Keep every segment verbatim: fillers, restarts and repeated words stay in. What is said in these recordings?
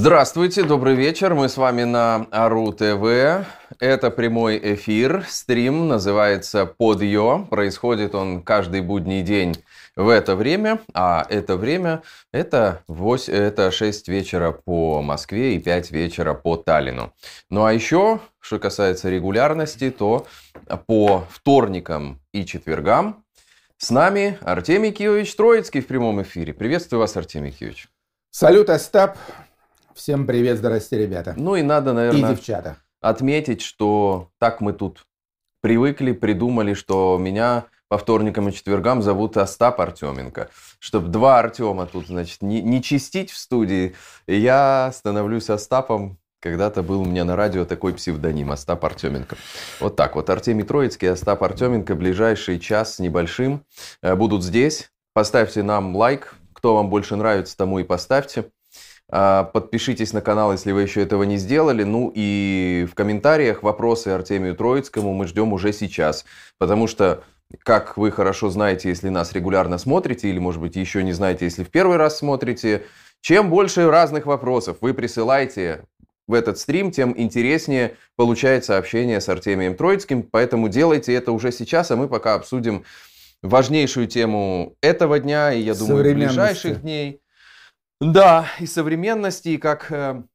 Здравствуйте, добрый вечер. Мы с вами на Ару ТВ. Это прямой эфир. Стрим называется «Подъё». Происходит он каждый будний день в это время. А это время это, восемь, это шесть вечера по Москве и пять вечера по Таллину. Ну а еще, что касается регулярности, то по вторникам и четвергам с нами Артемий Киевич Троицкий в прямом эфире. Приветствую вас, Артемий Киевич. Салют, Остап. Всем привет, здрасте, ребята. Ну и надо, наверное, и девчата. отметить, что так мы тут привыкли, придумали, что меня по вторникам и четвергам зовут Остап Артеменко. Чтобы два Артема тут, значит, не, не чистить в студии, я становлюсь Остапом. Когда-то был у меня на радио такой псевдоним Остап Артеменко. Вот так вот. Артемий Троицкий и Остап Артеменко ближайший час с небольшим будут здесь. Поставьте нам лайк. Кто вам больше нравится, тому и поставьте. Подпишитесь на канал, если вы еще этого не сделали. Ну и в комментариях вопросы Артемию Троицкому мы ждем уже сейчас. Потому что, как вы хорошо знаете, если нас регулярно смотрите, или, может быть, еще не знаете, если в первый раз смотрите, чем больше разных вопросов вы присылаете в этот стрим, тем интереснее получается общение с Артемием Троицким. Поэтому делайте это уже сейчас, а мы пока обсудим важнейшую тему этого дня и, я думаю, ближайших дней. Да, и современности, и как э,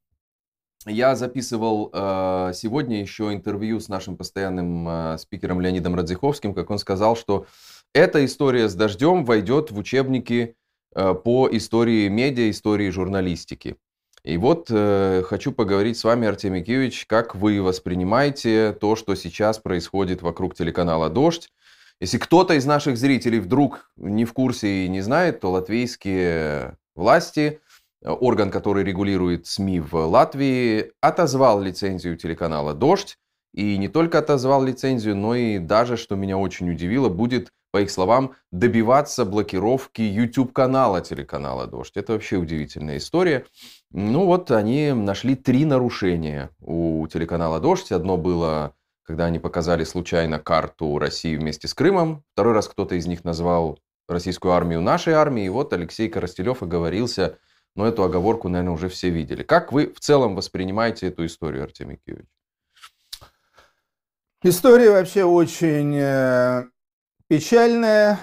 я записывал э, сегодня еще интервью с нашим постоянным э, спикером Леонидом Радзиховским, как он сказал, что эта история с дождем войдет в учебники э, по истории медиа, истории журналистики. И вот э, хочу поговорить с вами, Артемий Киевич, как вы воспринимаете то, что сейчас происходит вокруг телеканала «Дождь». Если кто-то из наших зрителей вдруг не в курсе и не знает, то латвийские власти, орган, который регулирует СМИ в Латвии, отозвал лицензию телеканала «Дождь». И не только отозвал лицензию, но и даже, что меня очень удивило, будет, по их словам, добиваться блокировки YouTube-канала телеканала «Дождь». Это вообще удивительная история. Ну вот, они нашли три нарушения у телеканала «Дождь». Одно было, когда они показали случайно карту России вместе с Крымом. Второй раз кто-то из них назвал российскую армию нашей армией. И вот Алексей Коростелев оговорился, но эту оговорку, наверное, уже все видели. Как вы в целом воспринимаете эту историю, Артемий Киевич? История вообще очень э, печальная,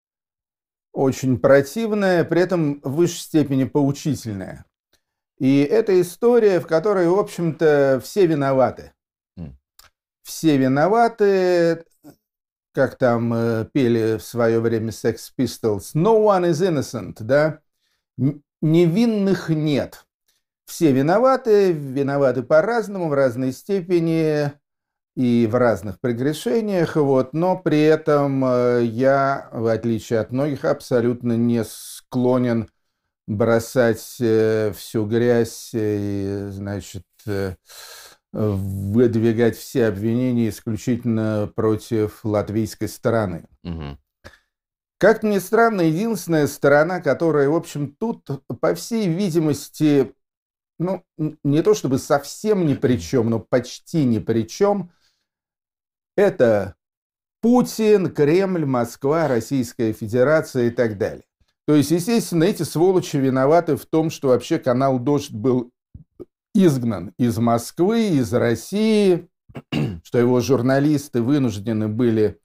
очень противная, при этом в высшей степени поучительная. И это история, в которой, в общем-то, все виноваты. Mm. Все виноваты. Как там э, пели в свое время Sex Pistols, no one is innocent, да? Невинных нет. Все виноваты, виноваты по-разному, в разной степени и в разных прегрешениях, вот, но при этом э, я, в отличие от многих, абсолютно не склонен бросать э, всю грязь и, значит, э, выдвигать все обвинения исключительно против латвийской стороны. Угу. Как ни странно, единственная сторона, которая, в общем, тут, по всей видимости, ну, не то чтобы совсем ни при чем, но почти ни при чем, это Путин, Кремль, Москва, Российская Федерация и так далее. То есть, естественно, эти сволочи виноваты в том, что вообще канал «Дождь» был изгнан из Москвы, из России, что его журналисты вынуждены были,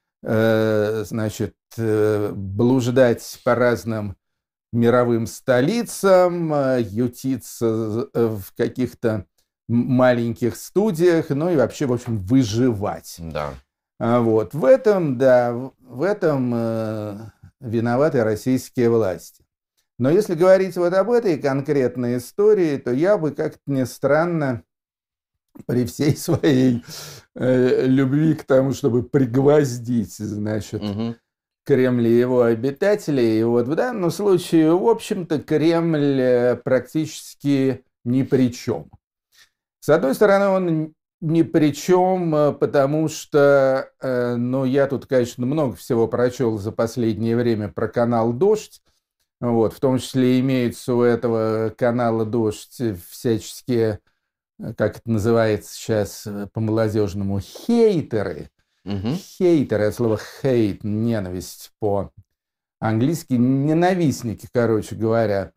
э, значит, э, блуждать по разным мировым столицам, э, ютиться в каких-то маленьких студиях, ну и вообще, в общем, выживать. Да. А вот в этом, да, в этом э, виноваты российские власти. Но если говорить вот об этой конкретной истории, то я бы, как-то не странно, при всей своей э, любви к тому, чтобы пригвоздить, значит, угу. Кремль и его обитателей, и вот в данном случае, в общем-то, Кремль практически ни при чем. С одной стороны, он ни при чем, потому что, э, ну, я тут, конечно, много всего прочел за последнее время про канал «Дождь». Вот, в том числе имеются у этого канала «Дождь» всяческие, как это называется сейчас по-молодежному, хейтеры. Угу. Хейтеры, от слова hate, ненависть по-английски, ненавистники, короче говоря.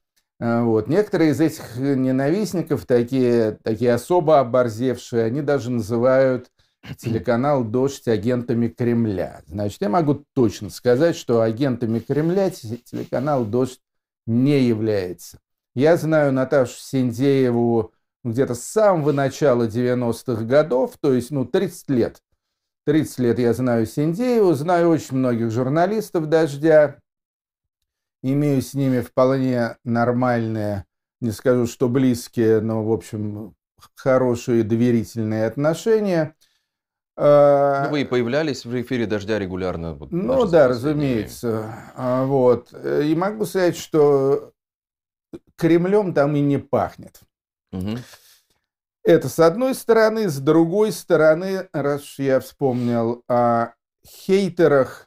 Вот. Некоторые из этих ненавистников, такие, такие особо оборзевшие, они даже называют телеканал «Дождь» агентами Кремля. Значит, я могу точно сказать, что агентами Кремля телеканал «Дождь» не является. Я знаю Наташу Синдееву где-то с самого начала девяностых годов, то есть, ну, тридцать лет. тридцать лет я знаю Синдееву, знаю очень многих журналистов «Дождя», имею с ними вполне нормальные, не скажу, что близкие, но, в общем, хорошие доверительные отношения. Ну, вы и появлялись в эфире «Дождя» регулярно. Вот, ну да, разумеется. Вот. И могу сказать, что Кремлем там и не пахнет. Угу. Это с одной стороны. С другой стороны, раз уж я вспомнил о хейтерах,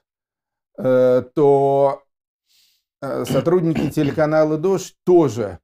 то сотрудники телеканала «Дождь» тоже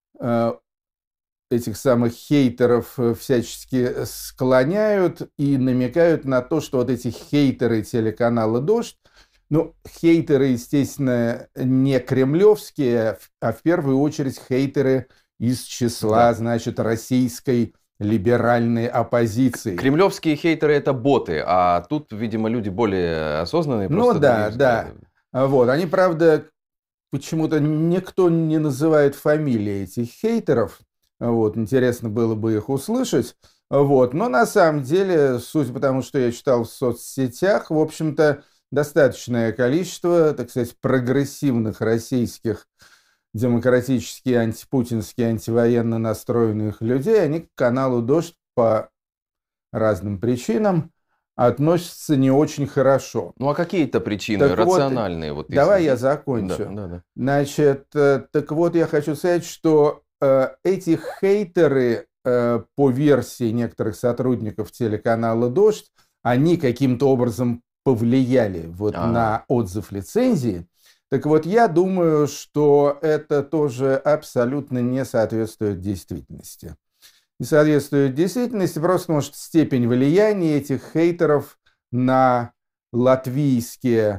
этих самых хейтеров всячески склоняют и намекают на то, что вот эти хейтеры телеканала «Дождь», ну, хейтеры, естественно, не кремлевские, а в первую очередь хейтеры из числа, да. значит, российской либеральной оппозиции. Кремлевские хейтеры – это боты, а тут, видимо, люди более осознанные. Ну да, да. Вот. Они, правда, почему-то никто не называет фамилии этих хейтеров. Вот. Интересно было бы их услышать. Вот. Но на самом деле, судя по тому, что я читал в соцсетях, в общем-то, достаточное количество, так сказать, прогрессивных российских демократически, антипутински, антивоенно настроенных людей, они к каналу «Дождь» по разным причинам относятся не очень хорошо. Ну, а какие-то причины так рациональные? Вот, вот, давай если... я закончу. Да, да, да. Значит, так вот, я хочу сказать, что э, эти хейтеры, э, по версии некоторых сотрудников телеканала «Дождь», они каким-то образом повлияли вот А-а-а. на отзыв лицензии. Так вот, я думаю, что это тоже абсолютно не соответствует действительности. Не соответствует действительности, просто потому что степень влияния этих хейтеров на латвийские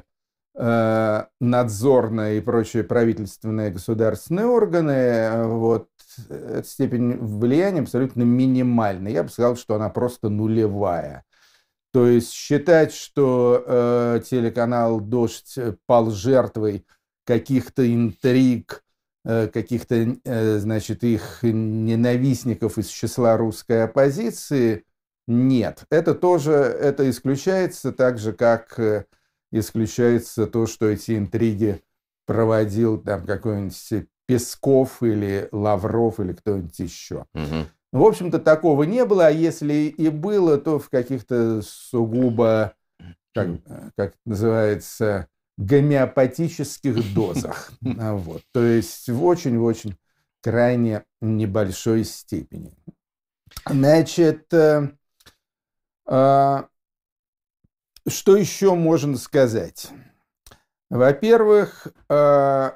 э, надзорные и прочие правительственные государственные органы, вот, эта степень влияния абсолютно минимальна. Я бы сказал, что она просто нулевая. То есть считать, что э, телеканал «Дождь» пал жертвой каких-то интриг, э, каких-то, э, значит, их ненавистников из числа русской оппозиции, нет. Это тоже, это исключается так же, как э, исключается то, что эти интриги проводил там какой-нибудь Песков или Лавров или кто-нибудь еще. Угу. В общем-то, такого не было, а если и было, то в каких-то сугубо, как, как это называется, гомеопатических дозах. Вот. То есть в очень-очень крайне небольшой степени. Значит, э, э, что еще можно сказать? Во-первых, э,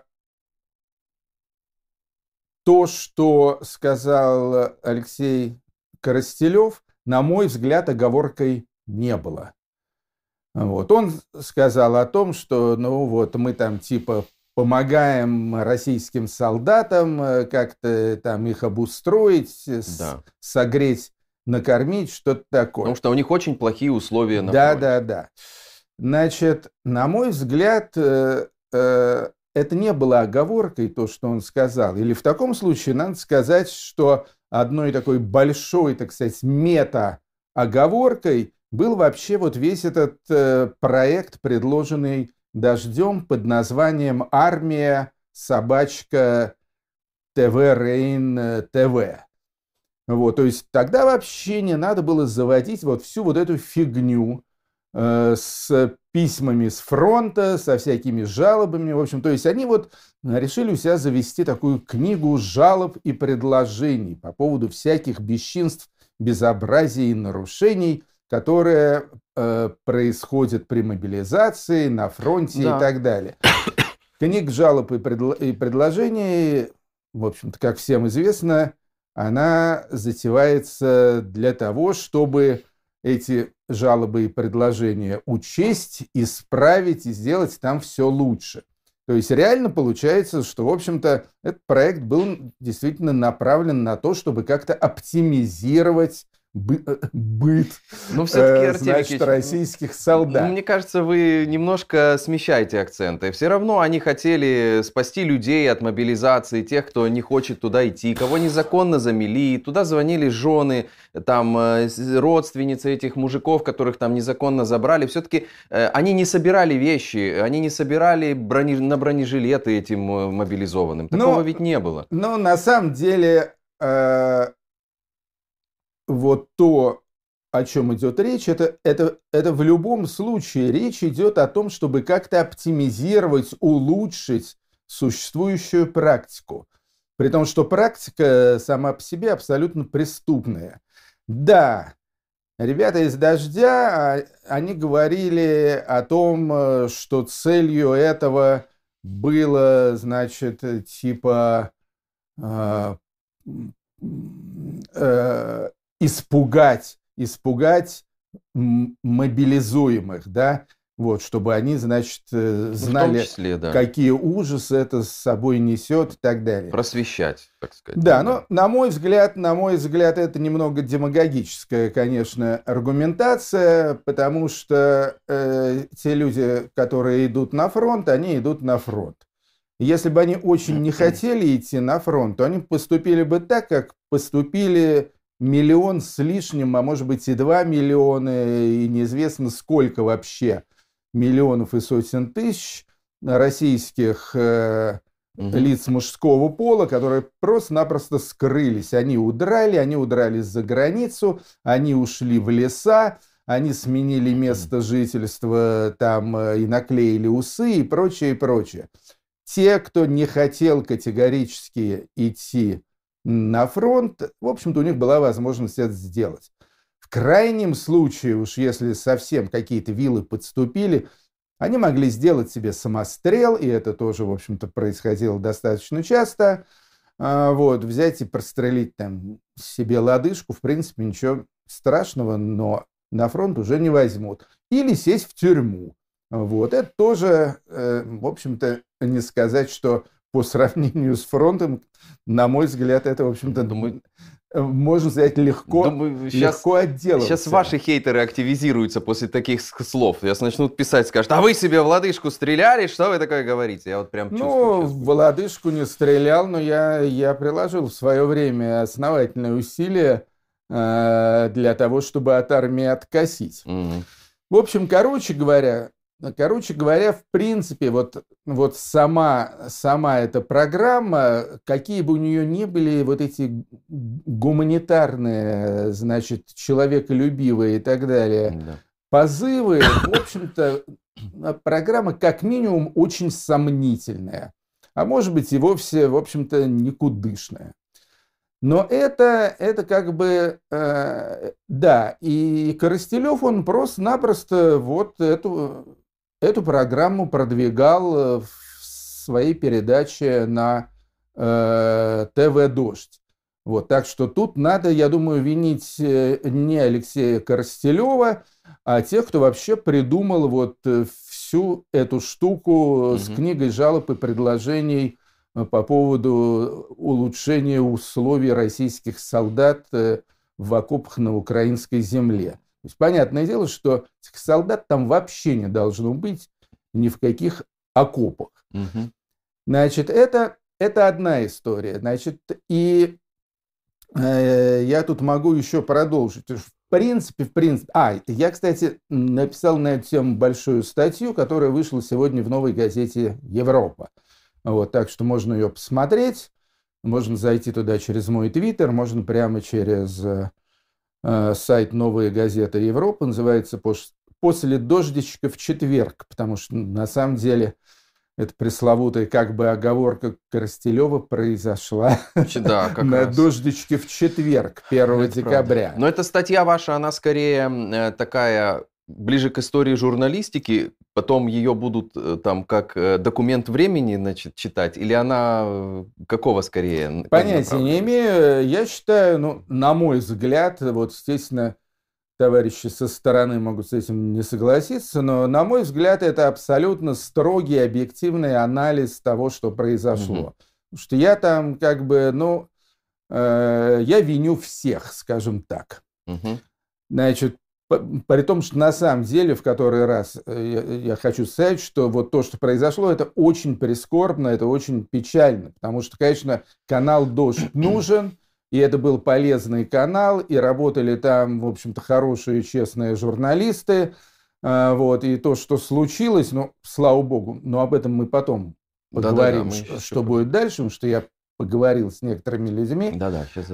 то, что сказал Алексей Коростелев, на мой взгляд, оговоркой не было. Вот. Он сказал о том, что ну вот мы там типа помогаем российским солдатам как-то там их обустроить, да. согреть, накормить, что-то такое. Потому что у них очень плохие условия на да, фронте. Да, да, да. Значит, на мой взгляд, э, э, это не было оговоркой, то, что он сказал. Или в таком случае надо сказать, что одной такой большой, так сказать, мета-оговоркой был вообще вот весь этот э, проект, предложенный «Дождем» под названием «Армия. Собачка. ТВ. Рейн. ТВ». Вот, то есть тогда вообще не надо было заводить вот всю вот эту фигню э, с письмами с фронта, со всякими жалобами. В общем, то есть они вот решили у себя завести такую книгу жалоб и предложений по поводу всяких бесчинств, безобразий и нарушений, которые э, происходят при мобилизации, на фронте да. и так далее. Книга жалоб и, предло- и предложений, в общем-то, как всем известно, она затевается для того, чтобы эти жалобы и предложения учесть, исправить и сделать там все лучше. То есть реально получается, что, в общем-то, этот проект был действительно направлен на то, чтобы как-то оптимизировать бы- э, быт, Но все-таки, э, Артемий значит, Никитич, российских ну, солдат. мне кажется, вы немножко смещаете акценты. Все равно они хотели спасти людей от мобилизации, тех, кто не хочет туда идти, кого незаконно замели. Туда звонили жены, там, э, с- родственницы этих мужиков, которых там незаконно забрали. Все-таки э, они не собирали вещи, они не собирали брони- на бронежилеты этим э, мобилизованным. Такого Но, ведь не было. но на самом деле э, вот то, о чем идет речь, это, это, это в любом случае речь идет о том, чтобы как-то оптимизировать, улучшить существующую практику. При том, что практика сама по себе абсолютно преступная. Да, ребята из «Дождя», а, они говорили о том, э, что целью этого было, значит, э, типа э, м, э, испугать, испугать м, мобилизуемых, да, вот, чтобы они, значит, э, Ну, в том знали, числе, да. какие ужасы это с собой несет и так далее. Просвещать, так сказать. Да, да. но на мой взгляд, на мой взгляд, это немного демагогическая, конечно, аргументация, потому что э, те люди, которые идут на фронт, они идут на фронт. Если бы они очень не хотели идти на фронт, то они поступили бы так, как поступили миллион с лишним, а может быть и два миллиона, и неизвестно сколько вообще миллионов и сотен тысяч российских э, Мгм. лиц мужского пола, которые просто-напросто скрылись. Они удрали, они удрали за границу, они ушли в леса, они сменили место жительства там э, и наклеили усы и прочее, и прочее. Те, кто не хотел категорически идти на фронт, в общем-то, у них была возможность это сделать. В крайнем случае, уж если совсем какие-то вилы подступили, они могли сделать себе самострел, и это тоже, в общем-то, происходило достаточно часто. А, Вот, взять и прострелить там себе лодыжку, в принципе, ничего страшного, но на фронт уже не возьмут. Или сесть в тюрьму. Вот, это тоже, э, в общем-то, не сказать, что по сравнению с фронтом, на мой взгляд, это, в общем-то, Думаю- э, можно сказать, легко, Думаю, сейчас, легко отделываться. сейчас ваши хейтеры активизируются после таких ск- слов. Сейчас начнут писать, скажут, а вы себе в лодыжку стреляли? Что вы такое говорите? Я вот прям чувствую Ну, сейчас. в лодыжку не стрелял, но я, я приложил в свое время основательные усилия э, для того, чтобы от армии откосить. Мгм. В общем, короче говоря, короче говоря, в принципе, вот, вот сама, сама эта программа, какие бы у нее ни были вот эти гуманитарные, значит, человеколюбивые и так далее Да. позывы, в общем-то, программа как минимум очень сомнительная, а может быть и вовсе, в общем-то, никудышная. Но это, это как бы, э, да, и Коростелев, он просто-напросто вот эту, эту программу продвигал э, в своей передаче на э, ТВ «Дождь». Вот, так что тут надо, я думаю, винить э, не Алексея Коростелева, а тех, кто вообще придумал вот э, всю эту штуку с Мгм. книгой жалоб и предложений э, по поводу улучшения условий российских солдат э, в окопах на украинской земле. То есть, понятное дело, что этих солдат там вообще не должно быть ни в каких окопах. Мгм. Значит, это, это одна история. Значит, и э, я тут могу еще продолжить. В принципе, в принципе... А, я, кстати, написал на эту тему большую статью, которая вышла сегодня в новой газете «Европа». Вот, так что можно ее посмотреть. Можно зайти туда через мой твиттер, можно прямо через э, сайт «Новая газета Европа». Называется «Пош- «После дождичка в четверг», потому что на самом деле эта пресловутая как бы оговорка Коростелева произошла Ч- Да, как на раз. дождичке в четверг, первого Это правда. декабря. Но эта статья ваша, она скорее м, э, такая ближе к истории журналистики, потом ее будут э, там как э, документ времени, значит, читать, или она э, какого скорее н- Понятия не направленности? имею. Я считаю, ну, на мой взгляд, вот, естественно, товарищи со стороны могут с этим не согласиться, но, на мой взгляд, это абсолютно строгий, объективный анализ того, что произошло. Угу. Потому что я там как бы, ну, э, я виню всех, скажем так. Угу. Значит, при том, что на самом деле, в который раз я, я хочу сказать, что вот то, что произошло, это очень прискорбно, это очень печально, потому что, конечно, канал «Дождь» нужен, и это был полезный канал, и работали там, в общем-то, хорошие, честные журналисты, вот, и то, что случилось, ну, слава богу, но об этом мы потом поговорим, да-да-да, мы что будет дальше, потому что я поговорил с некоторыми людьми Да-да, сейчас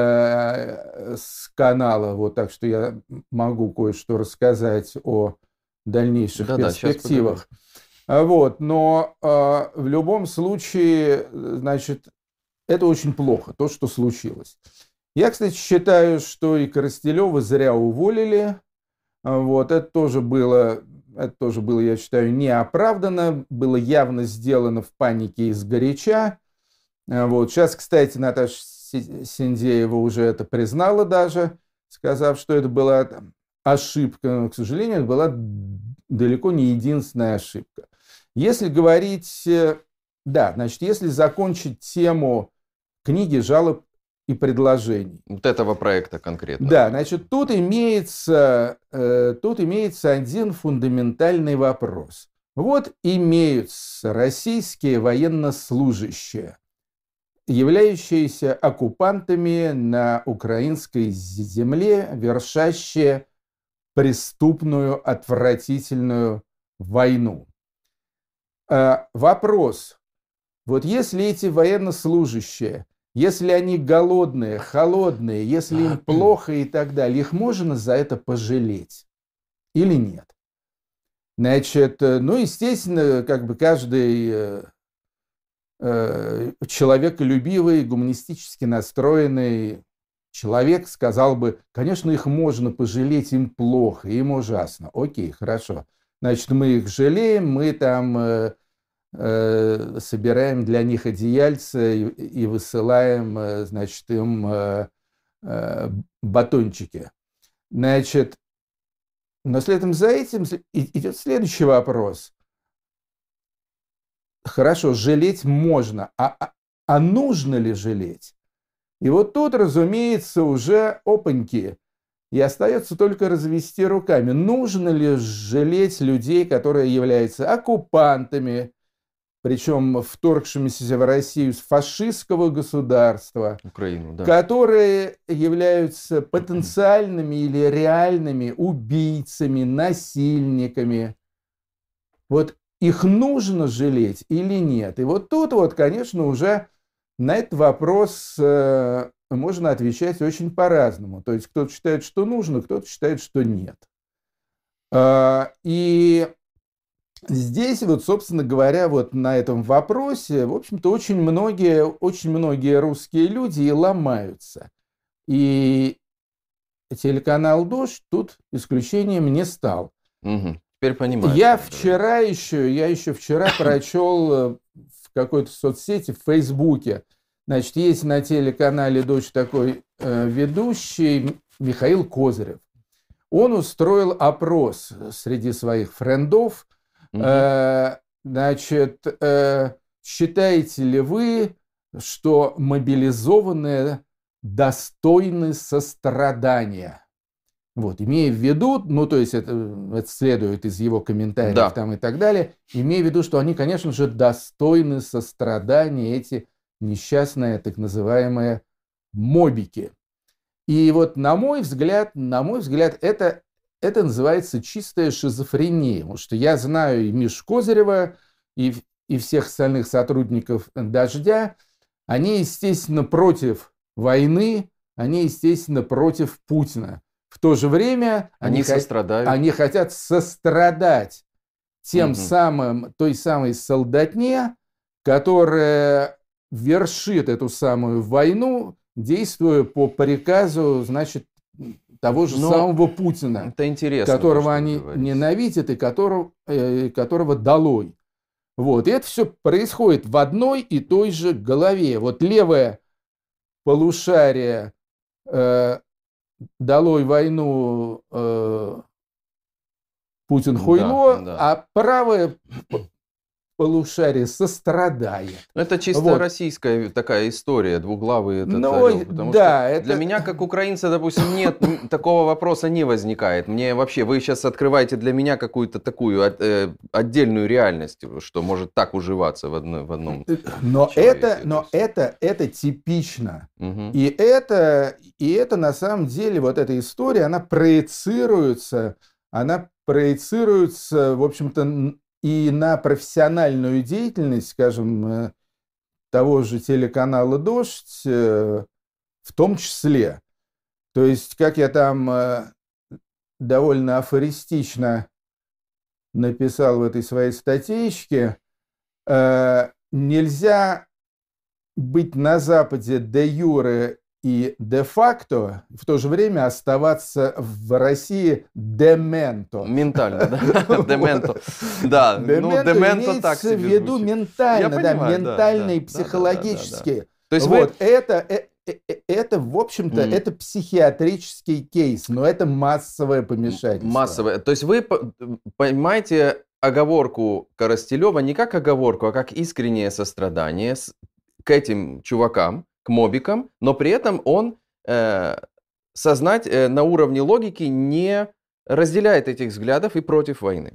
э, с канала, вот, так что я могу кое-что рассказать о дальнейших Да-да, перспективах. Вот, но э, в любом случае, значит, это очень плохо, то, что случилось. Я, кстати, считаю, что и Коростелева зря уволили. Вот, это тоже было, это тоже было, я считаю, неоправданно, было явно сделано в панике и сгоряча. Вот. Сейчас, кстати, Наташа Синдеева уже это признала даже, сказав, что это была ошибка. Но, к сожалению, это была далеко не единственная ошибка. Если говорить, да, значит, если закончить тему книги жалоб и предложений. Вот этого проекта конкретно. Да, значит, тут имеется, э, тут имеется один фундаментальный вопрос. Вот имеются российские военнослужащие, являющиеся оккупантами на украинской земле, вершащие преступную, отвратительную войну. Э, вопрос. Вот если эти военнослужащие, если они голодные, холодные, если им плохо и так далее, их можно за это пожалеть или нет? Значит, ну, естественно, как бы каждый э, э, человеколюбивый, гуманистически настроенный человек сказал бы, конечно, их можно пожалеть, им плохо, им ужасно. Окей, хорошо. Значит, мы их жалеем, мы там... Э, собираем для них одеяльца и, и высылаем, значит, им э, э, батончики. Значит, но следом за этим идет следующий вопрос. Хорошо, жалеть можно, а, а, а нужно ли жалеть? И вот тут, разумеется, уже опаньки. И остается только развести руками. Нужно ли жалеть людей, которые являются оккупантами, причем вторгшимися в Россию с фашистского государства, Украину, да. которые являются потенциальными или реальными убийцами, насильниками. Вот их нужно жалеть или нет? И вот тут вот, конечно, уже на этот вопрос э, можно отвечать очень по-разному. То есть кто-то считает, что нужно, кто-то считает, что нет. Э, и... Здесь вот, собственно говоря, вот на этом вопросе, в общем-то, очень многие, очень многие русские люди и ломаются. И телеканал «Дождь» тут исключением не стал. Угу. Теперь понимаю. Я вчера еще, я еще вчера прочел в какой-то соцсети, в Фейсбуке, значит, есть на телеканале «Дождь» такой э, ведущий Михаил Козырев. Он устроил опрос среди своих френдов. Угу. Значит, считаете ли вы, что мобилизованные достойны сострадания? Вот, имея в виду, ну, то есть это, это следует из его комментариев, да, там и так далее, имея в виду, что они, конечно же, достойны сострадания, эти несчастные так называемые мобики. И вот, на мой взгляд, на мой взгляд, это... Это называется чистая шизофрения, потому что я знаю и Мишу Козырева, и, и всех остальных сотрудников «Дождя». Они, естественно, против войны, они, естественно, против Путина. В то же время они, они, сострадают. они хотят сострадать тем угу. самым, той самой солдатне, которая вершит эту самую войну, действуя по приказу, значит, того же Но самого Путина, это интересно, которого они говорите. ненавидят и которого, э, которого долой. Вот. И это все происходит в одной и той же голове. Вот левое полушарие э, долой войну, э, Путин хуйло, Да, да. а правое полушарие сострадает. Это чисто Вот. российская такая история, двуглавый этот Ну, орел. Потому да, что это- для меня, как украинца, допустим, нет, м, такого вопроса не возникает. Мне вообще, вы сейчас открываете для меня какую-то такую от- э, отдельную реальность, что может так уживаться в, одно- в одном Но человеке это, но всё. это, это типично. Мгм. И это, и это на самом деле, вот эта история, она проецируется, она проецируется, в общем-то, н- и на профессиональную деятельность, скажем, э, того же телеканала «Дождь», э, в том числе. То есть, как я там э, довольно афористично написал в этой своей статейке, э, нельзя быть на Западе де юре и де факто, в то же время оставаться в России дементо. Ментально, да? Дементо. Да, ну, Дементо дементо так имеется в себе виду звучит. ментально, Я да, понимаю, да, ментально да, и да, да, да, да, да. психологически. То есть вы- Вот, это, э, э, э, это, в общем-то, Мгм. это психиатрический кейс, но это массовое помешательство. Массовое. То есть вы по- понимаете оговорку Коростелева не как оговорку, а как искреннее сострадание с- к этим чувакам, к мобикам, но при этом он э, сознать э, на уровне логики не разделяет этих взглядов и против войны.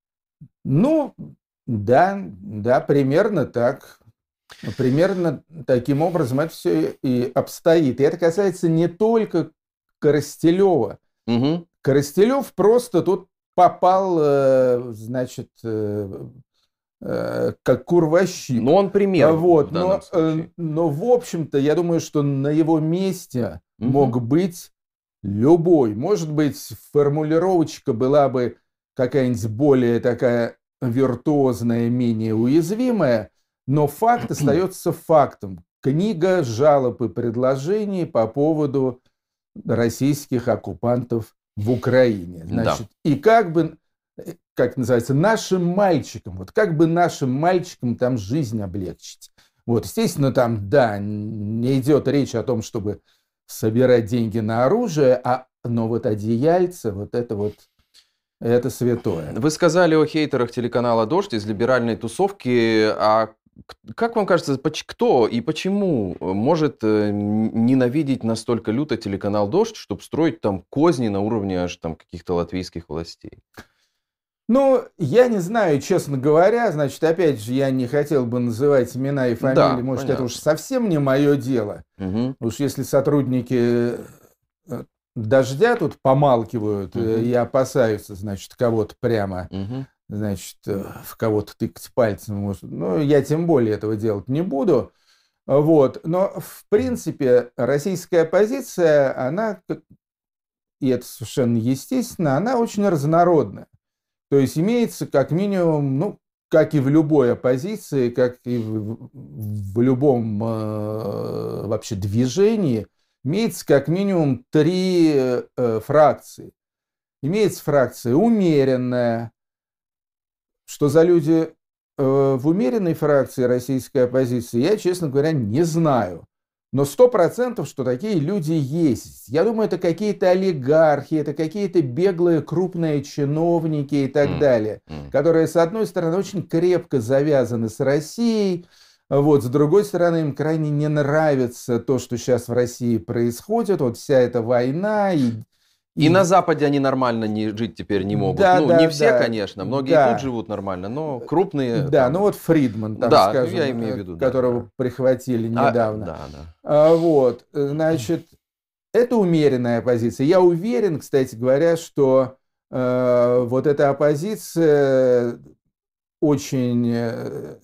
Ну, да, да, примерно так. Ну, примерно таким образом это все и обстоит. И это касается не только Коростелева. Мгм. Коростелев просто тут попал, э, значит, э, э, как кур во щип. Но он пример А вот, в данном но, э, случае. но, в общем-то, я думаю, что на его месте Мгм. мог быть любой. Может быть, формулировочка была бы какая-нибудь более такая виртуозная, менее уязвимая, но факт остается фактом. Книга жалоб и предложений по поводу российских оккупантов в Украине. Значит, и как бы, э, как называется, нашим мальчикам, вот как бы нашим мальчикам там жизнь облегчить. Вот, естественно, там, да, не идет речь о том, чтобы собирать деньги на оружие, а, но вот одеяльце, вот это вот, это святое. Вы сказали о хейтерах телеканала «Дождь» из либеральной тусовки. А к- как вам кажется, поч- кто и почему может э, н- ненавидеть настолько люто телеканал «Дождь», чтобы строить там козни на уровне аж там каких-то латвийских властей? Ну, я не знаю, честно говоря, значит, опять же, я не хотел бы называть имена и фамилии, Да, может, понятно. это уж совсем не мое дело. Мгм. Уж если сотрудники э, «Дождя» тут помалкивают э, Мгм. и опасаются, значит, кого-то прямо, Мгм. значит, э, в кого-то тыкать пальцем, может, ну, я тем более этого делать не буду. Вот. Но, в принципе, российская оппозиция, она, как- и это совершенно естественно, она очень разнородная. То есть имеется как минимум, ну, как и в любой оппозиции, как и в, в любом э, вообще движении, имеется как минимум три э, фракции. Имеется фракция умеренная. Что за люди э, в умеренной фракции российской оппозиции, я, честно говоря, не знаю. Но сто процентов, что такие люди есть. Я думаю, это какие-то олигархи, это какие-то беглые крупные чиновники и так М. далее, М. которые, с одной стороны, очень крепко завязаны с Россией, вот, с другой стороны, им крайне не нравится то, что сейчас в России происходит, вот вся эта война и... И на Западе они нормально не жить теперь не могут. Да, ну, да, не все, да, конечно, многие да. тут живут нормально, но крупные Да, там- ну вот Фридман, там, Да, ну, скажем, я имею в э, виду, да, которого да. прихватили А, недавно. да, да. А, вот, значит, это умеренная оппозиция. Я уверен, кстати говоря, что э, вот эта оппозиция очень э,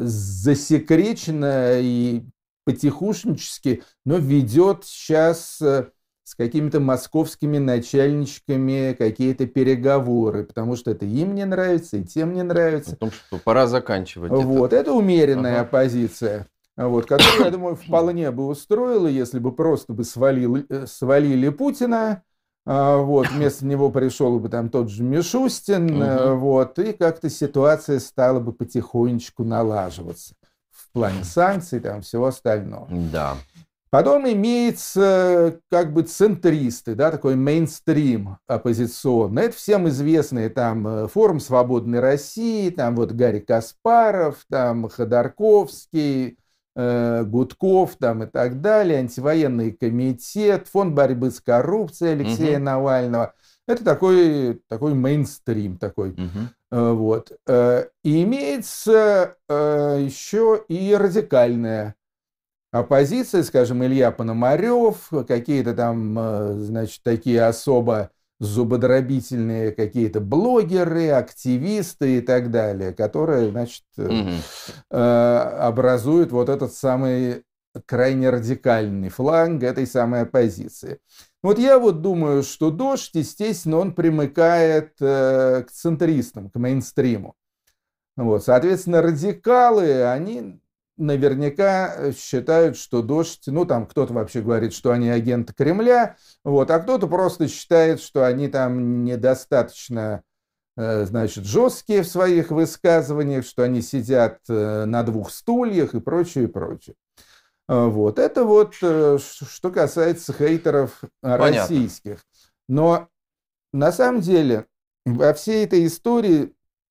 засекречена и потихушнически, но ведет сейчас э, с какими-то московскими начальничками какие-то переговоры, потому что это им не нравится, и тем не нравится. О том, что пора заканчивать это. Вот, это умеренная Ага. оппозиция, вот, которая, я думаю, вполне бы устроила, если бы просто бы свалил, э, свалили Путина, а, вот, вместо него пришел бы там тот же Мишустин, э, Мгм. вот, и как-то ситуация стала бы потихонечку налаживаться в плане санкций, там, всего остального. Да. Потом имеется как бы центристы, да, такой мейнстрим оппозиционный. Это всем известные там Форум Свободной России, там вот Гарри Каспаров, там Ходорковский, э, Гудков там и так далее, антивоенный комитет, фонд борьбы с коррупцией Алексея Мгм. Навального. Это такой, такой мейнстрим такой. Мгм. Э, Вот. Э, И имеется э, еще и радикальная оппозиция, скажем, Илья Пономарев, какие-то там, э, значит, такие особо зубодробительные какие-то блогеры, активисты и так далее, которые, значит, э, Мгм. э, образуют вот этот самый крайне радикальный фланг этой самой оппозиции. Вот я вот думаю, что «Дождь», естественно, он примыкает э, к центристам, к мейнстриму. Вот, соответственно, радикалы, они наверняка считают, что «Дождь», ну там кто-то вообще говорит, что они агенты Кремля, вот, а кто-то просто считает, что они там недостаточно, э, значит, жесткие в своих высказываниях, что они сидят э, на двух стульях и прочее, и прочее. А, Вот, это вот э, ш- что касается хейтеров э, Понятно. российских. Но на самом деле во всей этой истории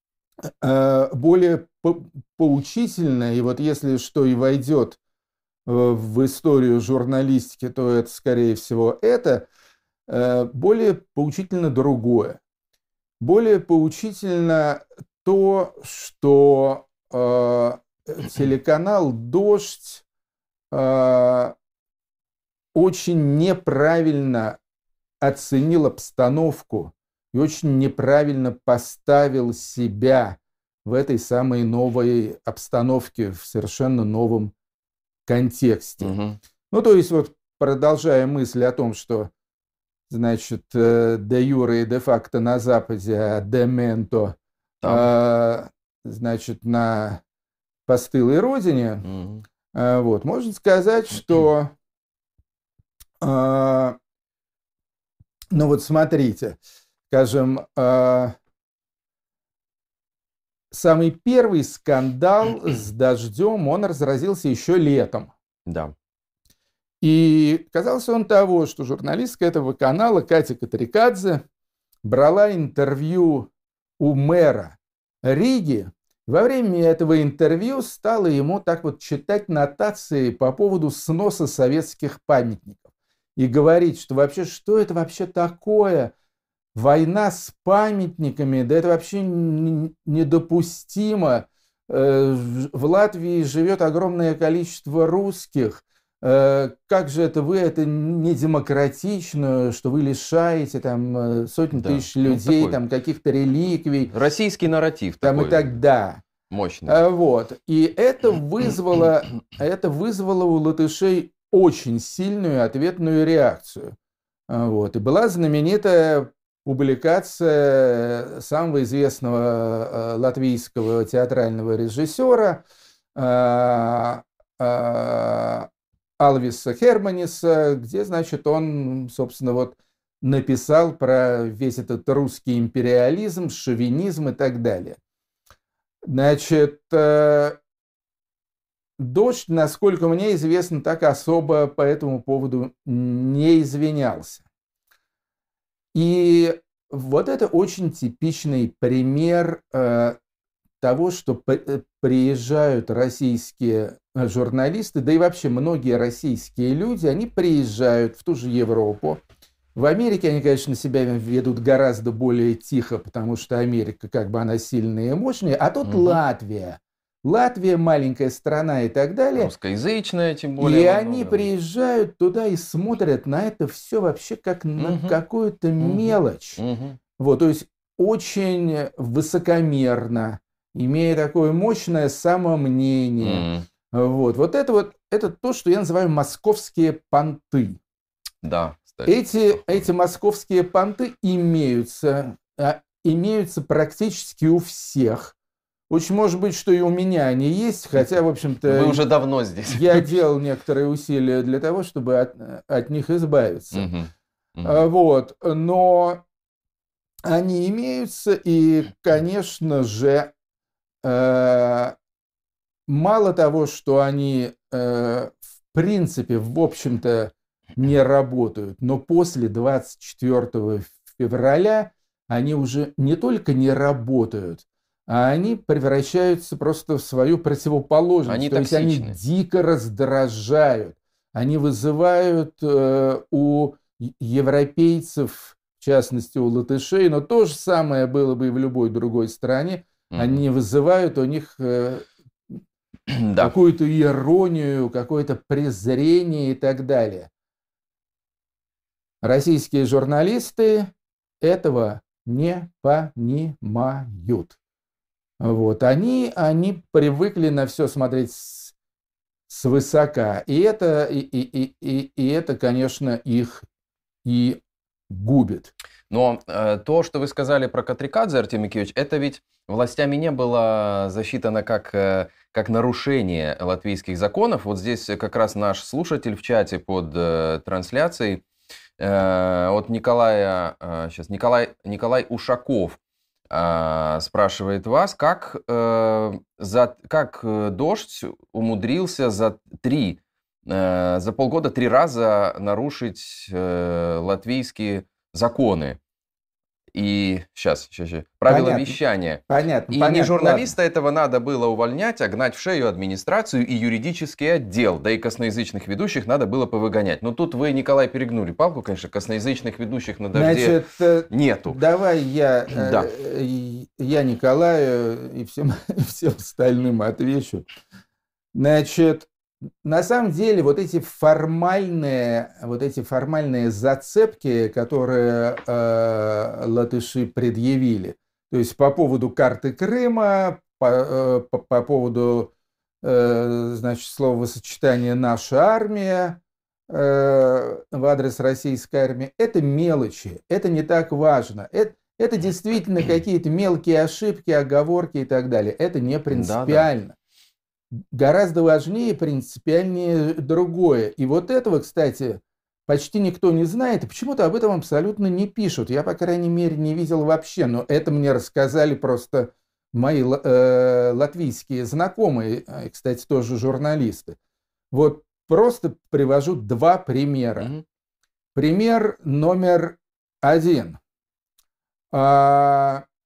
э, более по- поучительно, и вот если что и войдет э, в историю журналистики, то это, скорее всего, это э, более поучительно другое. Более поучительно то, что э, телеканал «Дождь» э, очень неправильно оценил обстановку и очень неправильно поставил себя в этой самой новой обстановке, в совершенно новом контексте. Мгм. Ну, то есть, вот продолжая мысль о том, что, значит, э, де юре и де факто на Западе, а де менто, Там. э, значит, на постылой родине, Мгм. э, вот, можно сказать, что, э, ну вот смотрите, скажем, э, самый первый скандал с «Дождем», он разразился еще летом. Да. И казался он того, что журналистка этого канала Катя Катарикадзе брала интервью у мэра Риги. Во время этого интервью стала ему так вот читать нотации по поводу сноса советских памятников и говорить, что вообще, что это вообще такое? Война с памятниками, да это вообще н- недопустимо. Э, В в Латвии живет огромное количество русских. Э, Как же это вы, это не демократично, что вы лишаете там э, сотни Да. тысяч Ну, людей, такой там каких-то реликвий, российский нарратив там и такой так далее. мощный. А, Вот. И это вызвало, это вызвало у латышей очень сильную ответную реакцию. А, Вот. И была знаменитая публикация самого известного э, латвийского театрального режиссера а, а, Алвиса Херманиса, где, значит, он, собственно, вот написал про весь этот русский империализм, шовинизм и так далее. Значит, э, «Дождь», насколько мне известно, так особо по этому поводу не извинялся. И вот это очень типичный пример э, того, что п- э, приезжают российские э, журналисты, да и вообще многие российские люди, они приезжают в ту же Европу. В Америке они, конечно, себя ведут гораздо более тихо, потому что Америка как бы она сильная и мощная, а тут Мгм. Латвия. Латвия маленькая страна и так далее. Русскоязычная, тем более, И во они многом. приезжают туда и смотрят на это все вообще как на Мгм. какую-то Мгм. мелочь. Мгм. Вот, то есть очень высокомерно, имея такое мощное самомнение. М. Вот, вот это вот, это то, что я называю московские понты. Да, кстати, Эти, эти похоже. московские понты имеются, а, имеются практически у всех. Очень может быть, что и у меня они есть, хотя, в Вы общем-то, уже давно здесь. я делал некоторые усилия для того, чтобы от, от них избавиться. Мгм. А, Мгм. Вот. Но они имеются, и, конечно же, э, мало того, что они э, принципе, в общем-то, не работают. Но после двадцать четвёртого февраля они уже не только не работают, а они превращаются просто в свою противоположность. Они То есть они токсичны. дико раздражают. Они вызывают э, у европейцев, в частности у латышей, но то же самое было бы и в любой другой стране, mm-hmm. они вызывают у них э, да. какую-то иронию, какое-то презрение и так далее. Российские журналисты этого не понимают. Вот. Они, они привыкли на все смотреть с, свысока. И это, и, и, и, и это, конечно, их и губит. Но э, то, что вы сказали про Катрикадзе, Артем Микеевич, это ведь властями не было засчитано как, э, как нарушение латвийских законов. Вот здесь как раз наш слушатель в чате под э, трансляцией э, от Николая, э, сейчас, Николай, Николай Ушаков э, спрашивает вас, как, э, за, как Дождь умудрился за три, э, за полгода три раза нарушить э, латвийские законы. И сейчас, сейчас, сейчас. Правила понятно, вещания. Понятно. И понятно, не журналиста ладно. этого надо было увольнять, а гнать в шею администрацию и юридический отдел. Да и косноязычных ведущих надо было повыгонять. Но тут вы, Николай, перегнули палку, конечно, косноязычных ведущих на Дожде Значит, нету. Давай я, да. я Николаю и всем, всем остальным отвечу. Значит, на самом деле вот эти формальные, вот эти формальные зацепки, которые э, латыши предъявили, то есть по поводу карты Крыма, по, э, по, по поводу э, значит, словосочетания «наша армия», э, в адрес российской армии, это мелочи, это не так важно. Это, это действительно какие-то мелкие ошибки, оговорки и так далее. Это не принципиально. Да, да. Гораздо важнее, принципиальнее другое. И вот этого, кстати, почти никто не знает, и почему-то об этом абсолютно не пишут. Я, по крайней мере, не видел вообще, но это мне рассказали просто мои э, латвийские знакомые, и, кстати, тоже журналисты. Вот просто привожу два примера. Mm-hmm. Пример номер один. А,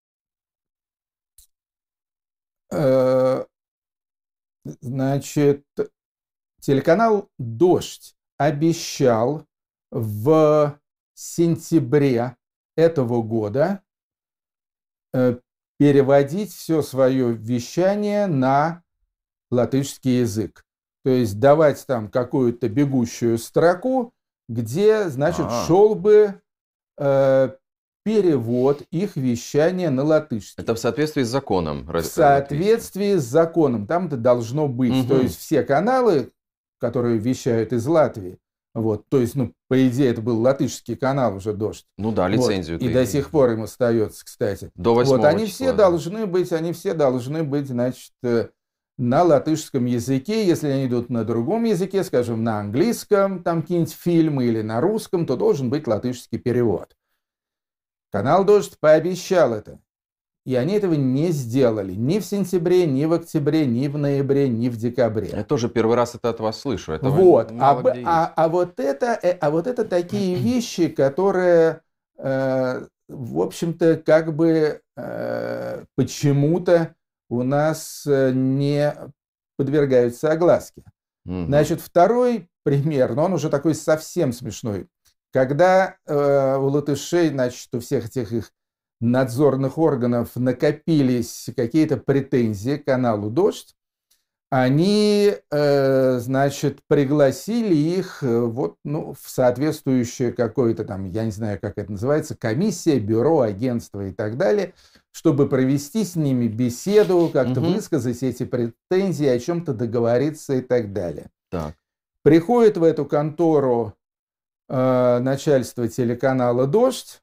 э, Значит, телеканал «Дождь» обещал в сентябре этого года переводить все свое вещание на латышский язык. То есть давать там какую-то бегущую строку, где, значит, А-а-а. шел бы э, перевод их вещания на латышский. Это в соответствии с законом? В соответствии с законом. Там это должно быть. Угу. То есть все каналы, которые вещают из Латвии, вот, то есть, ну, по идее, это был латышский канал уже «Дождь». Ну да, лицензию. Вот, и до сих пор им остается, кстати. До восьмого вот, они числа, все да. должны быть, они все должны быть, значит, на латышском языке. Если они идут на другом языке, скажем, на английском, там какие-нибудь фильмы или на русском, то должен быть латышский перевод. Канал «Дождь» пообещал это. И они этого не сделали. Ни в сентябре, ни в октябре, ни в ноябре, ни в декабре. Я тоже первый раз это от вас слышу. Это вот. А, а, а, вот это, а вот это такие вещи, которые, э, в общем-то, как бы э, почему-то у нас не подвергаются огласке. Угу. Значит, второй пример, но он уже такой совсем смешной. Когда э, у латышей, значит, у всех этих их надзорных органов накопились какие-то претензии к каналу «Дождь», они, э, значит, пригласили их вот, ну, в соответствующее какое-то там, я не знаю, как это называется, комиссия, бюро, агентство и так далее, чтобы провести с ними беседу, как-то угу. высказать эти претензии, о чем-то договориться и так далее. Так. Приходит в эту контору начальство телеканала «Дождь»,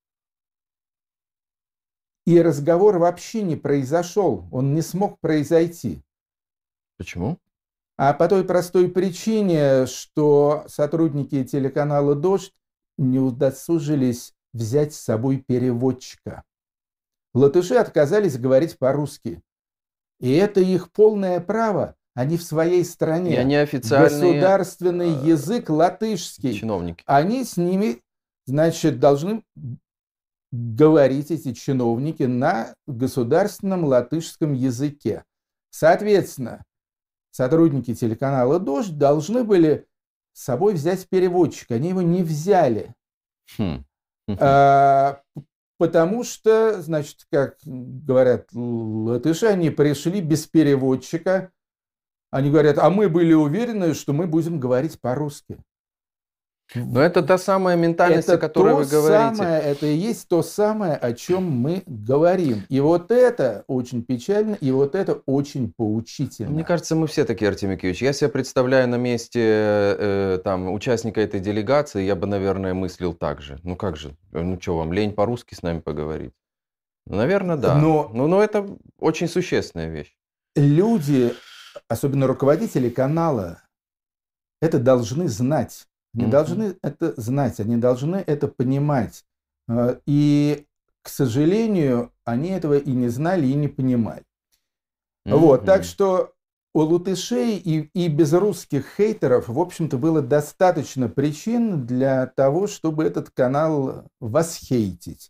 и разговор вообще не произошел, он не смог произойти. Почему? А по той простой причине, что сотрудники телеканала «Дождь» не удосужились взять с собой переводчика. Латыши отказались говорить по-русски. И это их полное право. они в своей стране. И они официальные государственный язык латышский. чиновники. Они с ними, значит, должны говорить, эти чиновники, на государственном латышском языке. Соответственно, сотрудники телеканала «Дождь» должны были с собой взять переводчика. Они его не взяли. Хм. А, потому что, значит, как говорят латыши, они пришли без переводчика. Они говорят, а мы были уверены, что мы будем говорить по-русски. Но это та самая ментальность, это о которой вы говорите. Самое, это и есть то самое, о чем мы говорим. И вот это очень печально, и вот это очень поучительно. Мне кажется, мы все такие, Артемий Киевич. Я себя представляю на месте э, там, участника этой делегации, я бы, наверное, мыслил так же. Ну как же, ну что, вам лень по-русски с нами поговорить? Наверное, да. Но, но, но это очень существенная вещь. Люди, особенно руководители канала, это должны знать. Они mm-hmm. должны это знать, они должны это понимать. И, к сожалению, они этого и не знали, и не понимали. Mm-hmm. Вот, так что у латышей и, и без русских хейтеров, в общем-то, было достаточно причин для того, чтобы этот канал восхейтить.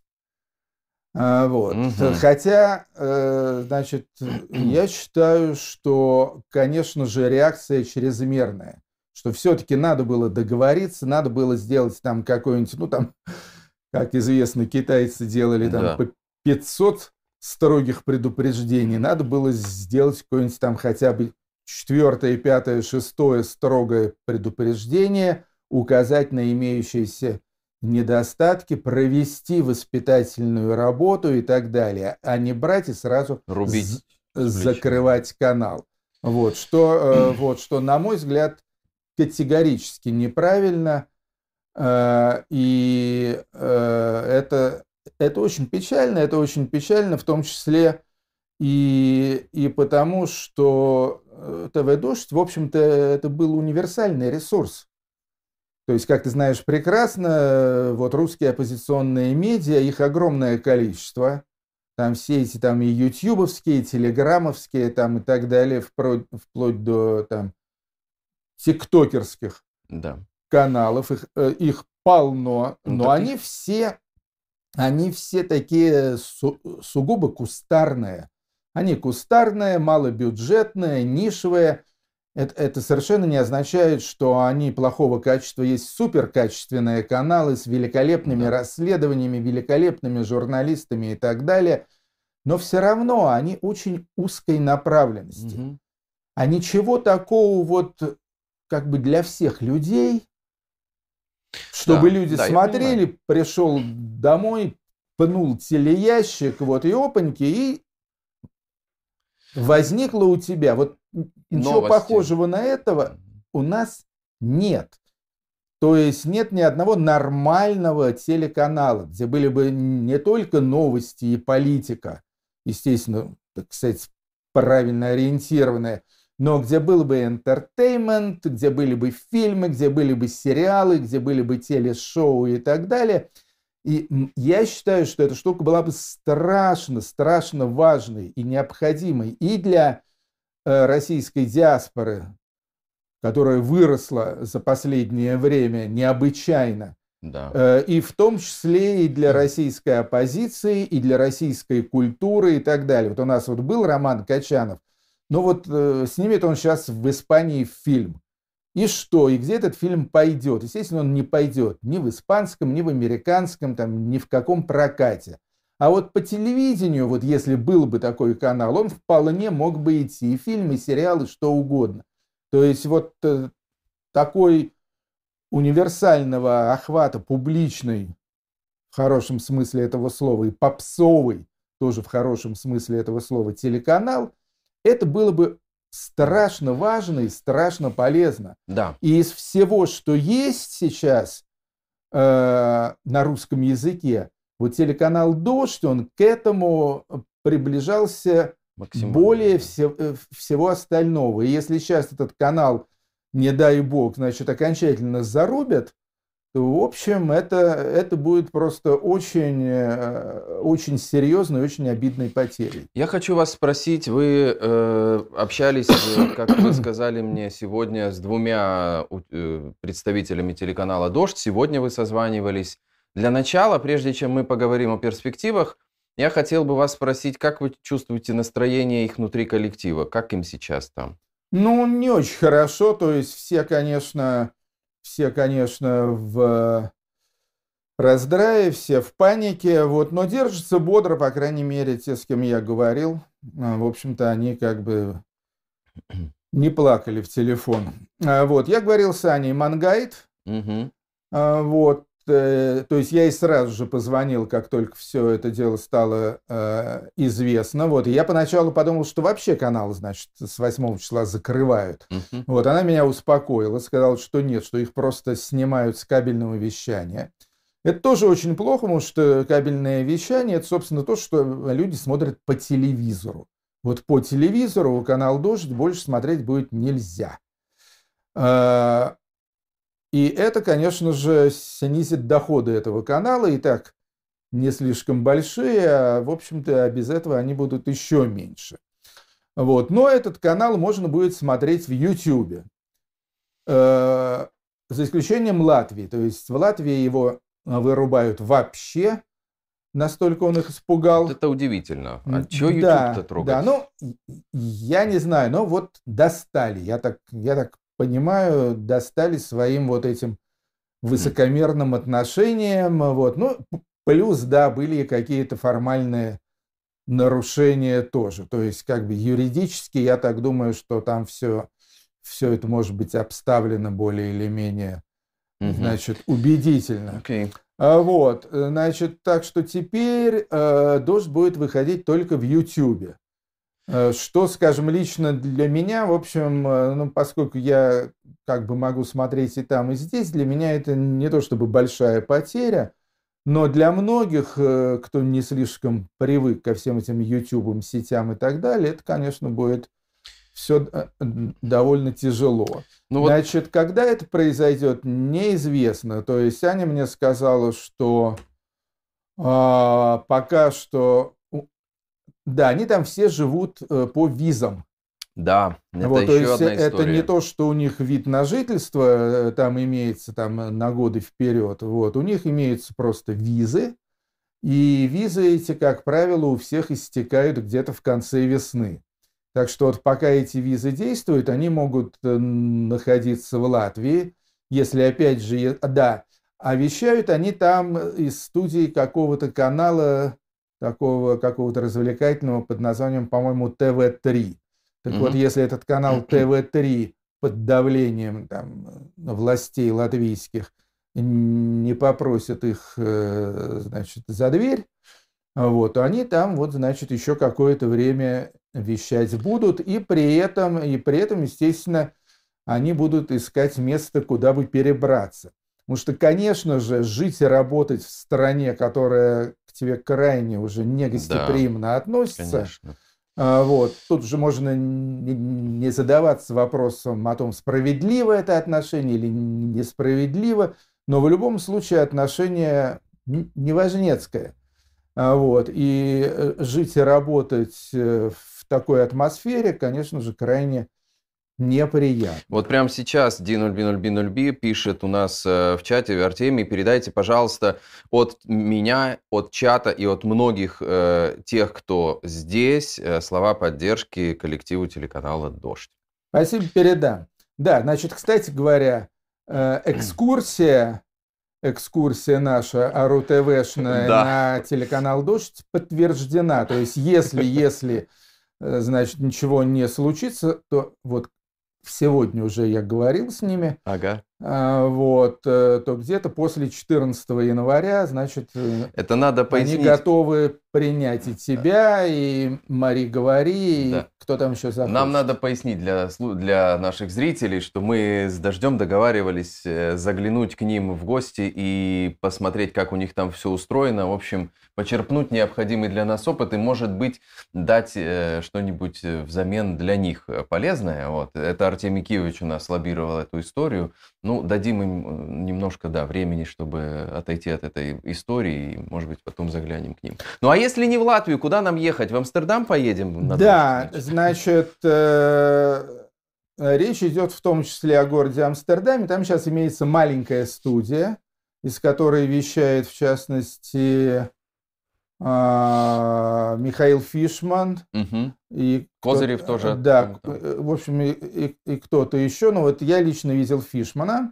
Вот. Mm-hmm. Хотя, значит, я считаю, что, конечно же, реакция чрезмерная. Что все-таки надо было договориться, надо было сделать там какой-нибудь, ну там, как известно, китайцы делали там да. по пятьсот строгих предупреждений, надо было сделать какое-нибудь там хотя бы четвертое, пятое, шестое строгое предупреждение, указать на имеющиеся недостатки, провести воспитательную работу и так далее, а не брать и сразу рубить, закрывать канал. Вот что, вот что, на мой взгляд, категорически неправильно, и это, это очень печально, это очень печально, в том числе и, и потому, что ТВ «Дождь», в общем-то, это был универсальный ресурс. То есть, как ты знаешь прекрасно, вот русские оппозиционные медиа, их огромное количество, там все эти там и ютубовские, и телеграммовские, там и так далее, вплоть, вплоть до там тиктокерских да. каналов, их, их полно, но ну, они все, они все такие су, сугубо кустарные. Они кустарные, малобюджетные, нишевые. Это, это совершенно не означает, что они плохого качества. Есть суперкачественные каналы с великолепными да. расследованиями, великолепными журналистами и так далее. Но все равно они очень узкой направленности. Угу. А ничего такого вот как бы для всех людей, чтобы да, люди да, смотрели, пришел домой, пнул телеящик, вот и опаньки, и возникло у тебя. Вот ничего Новости. Похожего на этого у нас нет. То есть нет ни одного нормального телеканала, где были бы не только новости и политика, естественно, так сказать, правильно ориентированные, но где был бы entertainment, где были бы фильмы, где были бы сериалы, где были бы телешоу и так далее. И я считаю, что эта штука была бы страшно, страшно важной и необходимой и для э, российской диаспоры, которая выросла за последнее время необычайно, да. э, и в том числе и для российской оппозиции, и для российской культуры и так далее. Вот у нас вот был Роман Качанов, но вот э, снимет он сейчас в Испании фильм. И что? И где этот фильм пойдет? Естественно, он не пойдет ни в испанском, ни в американском, там, ни в каком прокате. А вот по телевидению, вот если был бы такой канал, он вполне мог бы идти. И фильмы, и сериалы, что угодно. То есть вот э, такой универсального охвата, публичный, в хорошем смысле этого слова, и попсовый, тоже в хорошем смысле этого слова, телеканал, это было бы страшно важно и страшно полезно. Да. И из всего, что есть сейчас э, на русском языке, вот телеканал «Дождь», он к этому приближался более все, всего остального. И если сейчас этот канал, не дай бог, значит, окончательно зарубят, то, в общем, это, это будет просто очень, очень серьезной, очень обидной потерей. Я хочу вас спросить, вы э, общались, как вы сказали мне сегодня, с двумя э, представителями телеканала «Дождь». Сегодня вы созванивались. Для начала, прежде чем мы поговорим о перспективах, я хотел бы вас спросить, как вы чувствуете настроение их внутри коллектива? Как им сейчас там? Ну, не очень хорошо. То есть все, конечно, все, конечно, в раздрае, все в панике, вот, но держатся бодро, по крайней мере, те, с кем я говорил. В общем-то, они как бы не плакали в телефон. Вот, я говорил с Аней Мангайт, Угу. вот, то есть я ей сразу же позвонил, как только все это дело стало э, известно. Вот, и я поначалу подумал, что вообще канал, значит, с восьмого числа закрывают. Угу. Вот, она меня успокоила, сказала, что нет, что их просто снимают с кабельного вещания. Это тоже очень плохо, потому что кабельное вещание – это, собственно, то, что люди смотрят по телевизору. Вот по телевизору канал «Дождь» больше смотреть будет нельзя. И это, конечно же, снизит доходы этого канала, и так не слишком большие, а, в общем-то, без этого они будут еще меньше. Вот. Но этот канал можно будет смотреть в Ютьюбе, за исключением Латвии. То есть в Латвии его вырубают вообще, настолько он их испугал. Вот это удивительно. А что да, YouTube-то трогать? Да, ну, я не знаю, но вот достали, я так, я так понимаю, достали своим вот этим высокомерным отношением. Вот. Ну, плюс, да, были какие-то формальные нарушения тоже. То есть, как бы юридически, я так думаю, что там все, все это может быть обставлено более или менее, Угу. значит, убедительно. Окей. Вот, значит, так что теперь э, «Дождь» будет выходить только в Ютьюбе. Что, скажем, лично для меня, в общем, ну, поскольку я как бы могу смотреть и там, и здесь, для меня это не то чтобы большая потеря, но для многих, кто не слишком привык ко всем этим ютубам, сетям и так далее, это, конечно, будет все довольно тяжело. Ну, вот... Значит, когда это произойдет, неизвестно. То есть Аня мне сказала, что а, пока что... Да, они там все живут э, по визам. Да, это вот, еще то есть одна история. Это не то, что у них вид на жительство там имеется там, на годы вперед. Вот. У них имеются просто визы. И визы эти, как правило, у всех истекают где-то в конце весны. Так что вот пока эти визы действуют, они могут находиться в Латвии. Если, опять же, да, а вещают они там из студии какого-то канала, такого какого-то развлекательного под названием, по-моему, тэ вэ три. Так mm-hmm. вот, если этот канал тэ вэ три под давлением там, властей латвийских не попросят их, значит, за дверь, вот, то они там, вот, значит, еще какое-то время вещать будут, и при этом, и при этом, естественно, они будут искать место, куда бы перебраться. Потому что, конечно же, жить и работать в стране, которая к тебе крайне уже негостеприимно да, относится, вот, тут же можно не задаваться вопросом о том, справедливо это отношение или несправедливо, но в любом случае отношение неважнецкое. Вот, и жить и работать в такой атмосфере, конечно же, крайне неприятно. Вот прямо сейчас ди ноль би ноль би ноль би пишет у нас в чате: Артемий, передайте, пожалуйста, от меня, от чата и от многих э, тех, кто здесь, э, слова поддержки коллективу телеканала «Дождь». Спасибо, передам. Да, значит, кстати говоря, э, экскурсия, экскурсия наша АРУ-ТВшная да. на телеканал «Дождь» подтверждена. То есть, если, если, значит, ничего не случится, то вот сегодня уже я говорил с ними, ага. вот, то где-то после четырнадцатого января, значит, это надо пояснить. Они готовы принять и тебя, и Мари Говори, да. и кто там еще захочет. Нам надо пояснить для, для наших зрителей, что мы с Дождем договаривались заглянуть к ним в гости и посмотреть, как у них там все устроено. В общем, почерпнуть необходимый для нас опыт и, может быть, дать что-нибудь взамен для них полезное. Вот. Это Артемий Киевич у нас лоббировал эту историю. Ну, дадим им немножко, да, времени, чтобы отойти от этой истории, и, может быть, потом заглянем к ним. Ну, а если не в Латвию, куда нам ехать? В Амстердам поедем? На Да, дождь? значит, э, речь идет в том числе о городе Амстердаме. Там сейчас имеется маленькая студия, из которой вещает, в частности, а, Михаил Фишман. Угу. И Козырев кто, тоже. да, Там. в общем, и, и, и кто-то еще. Но вот я лично видел Фишмана.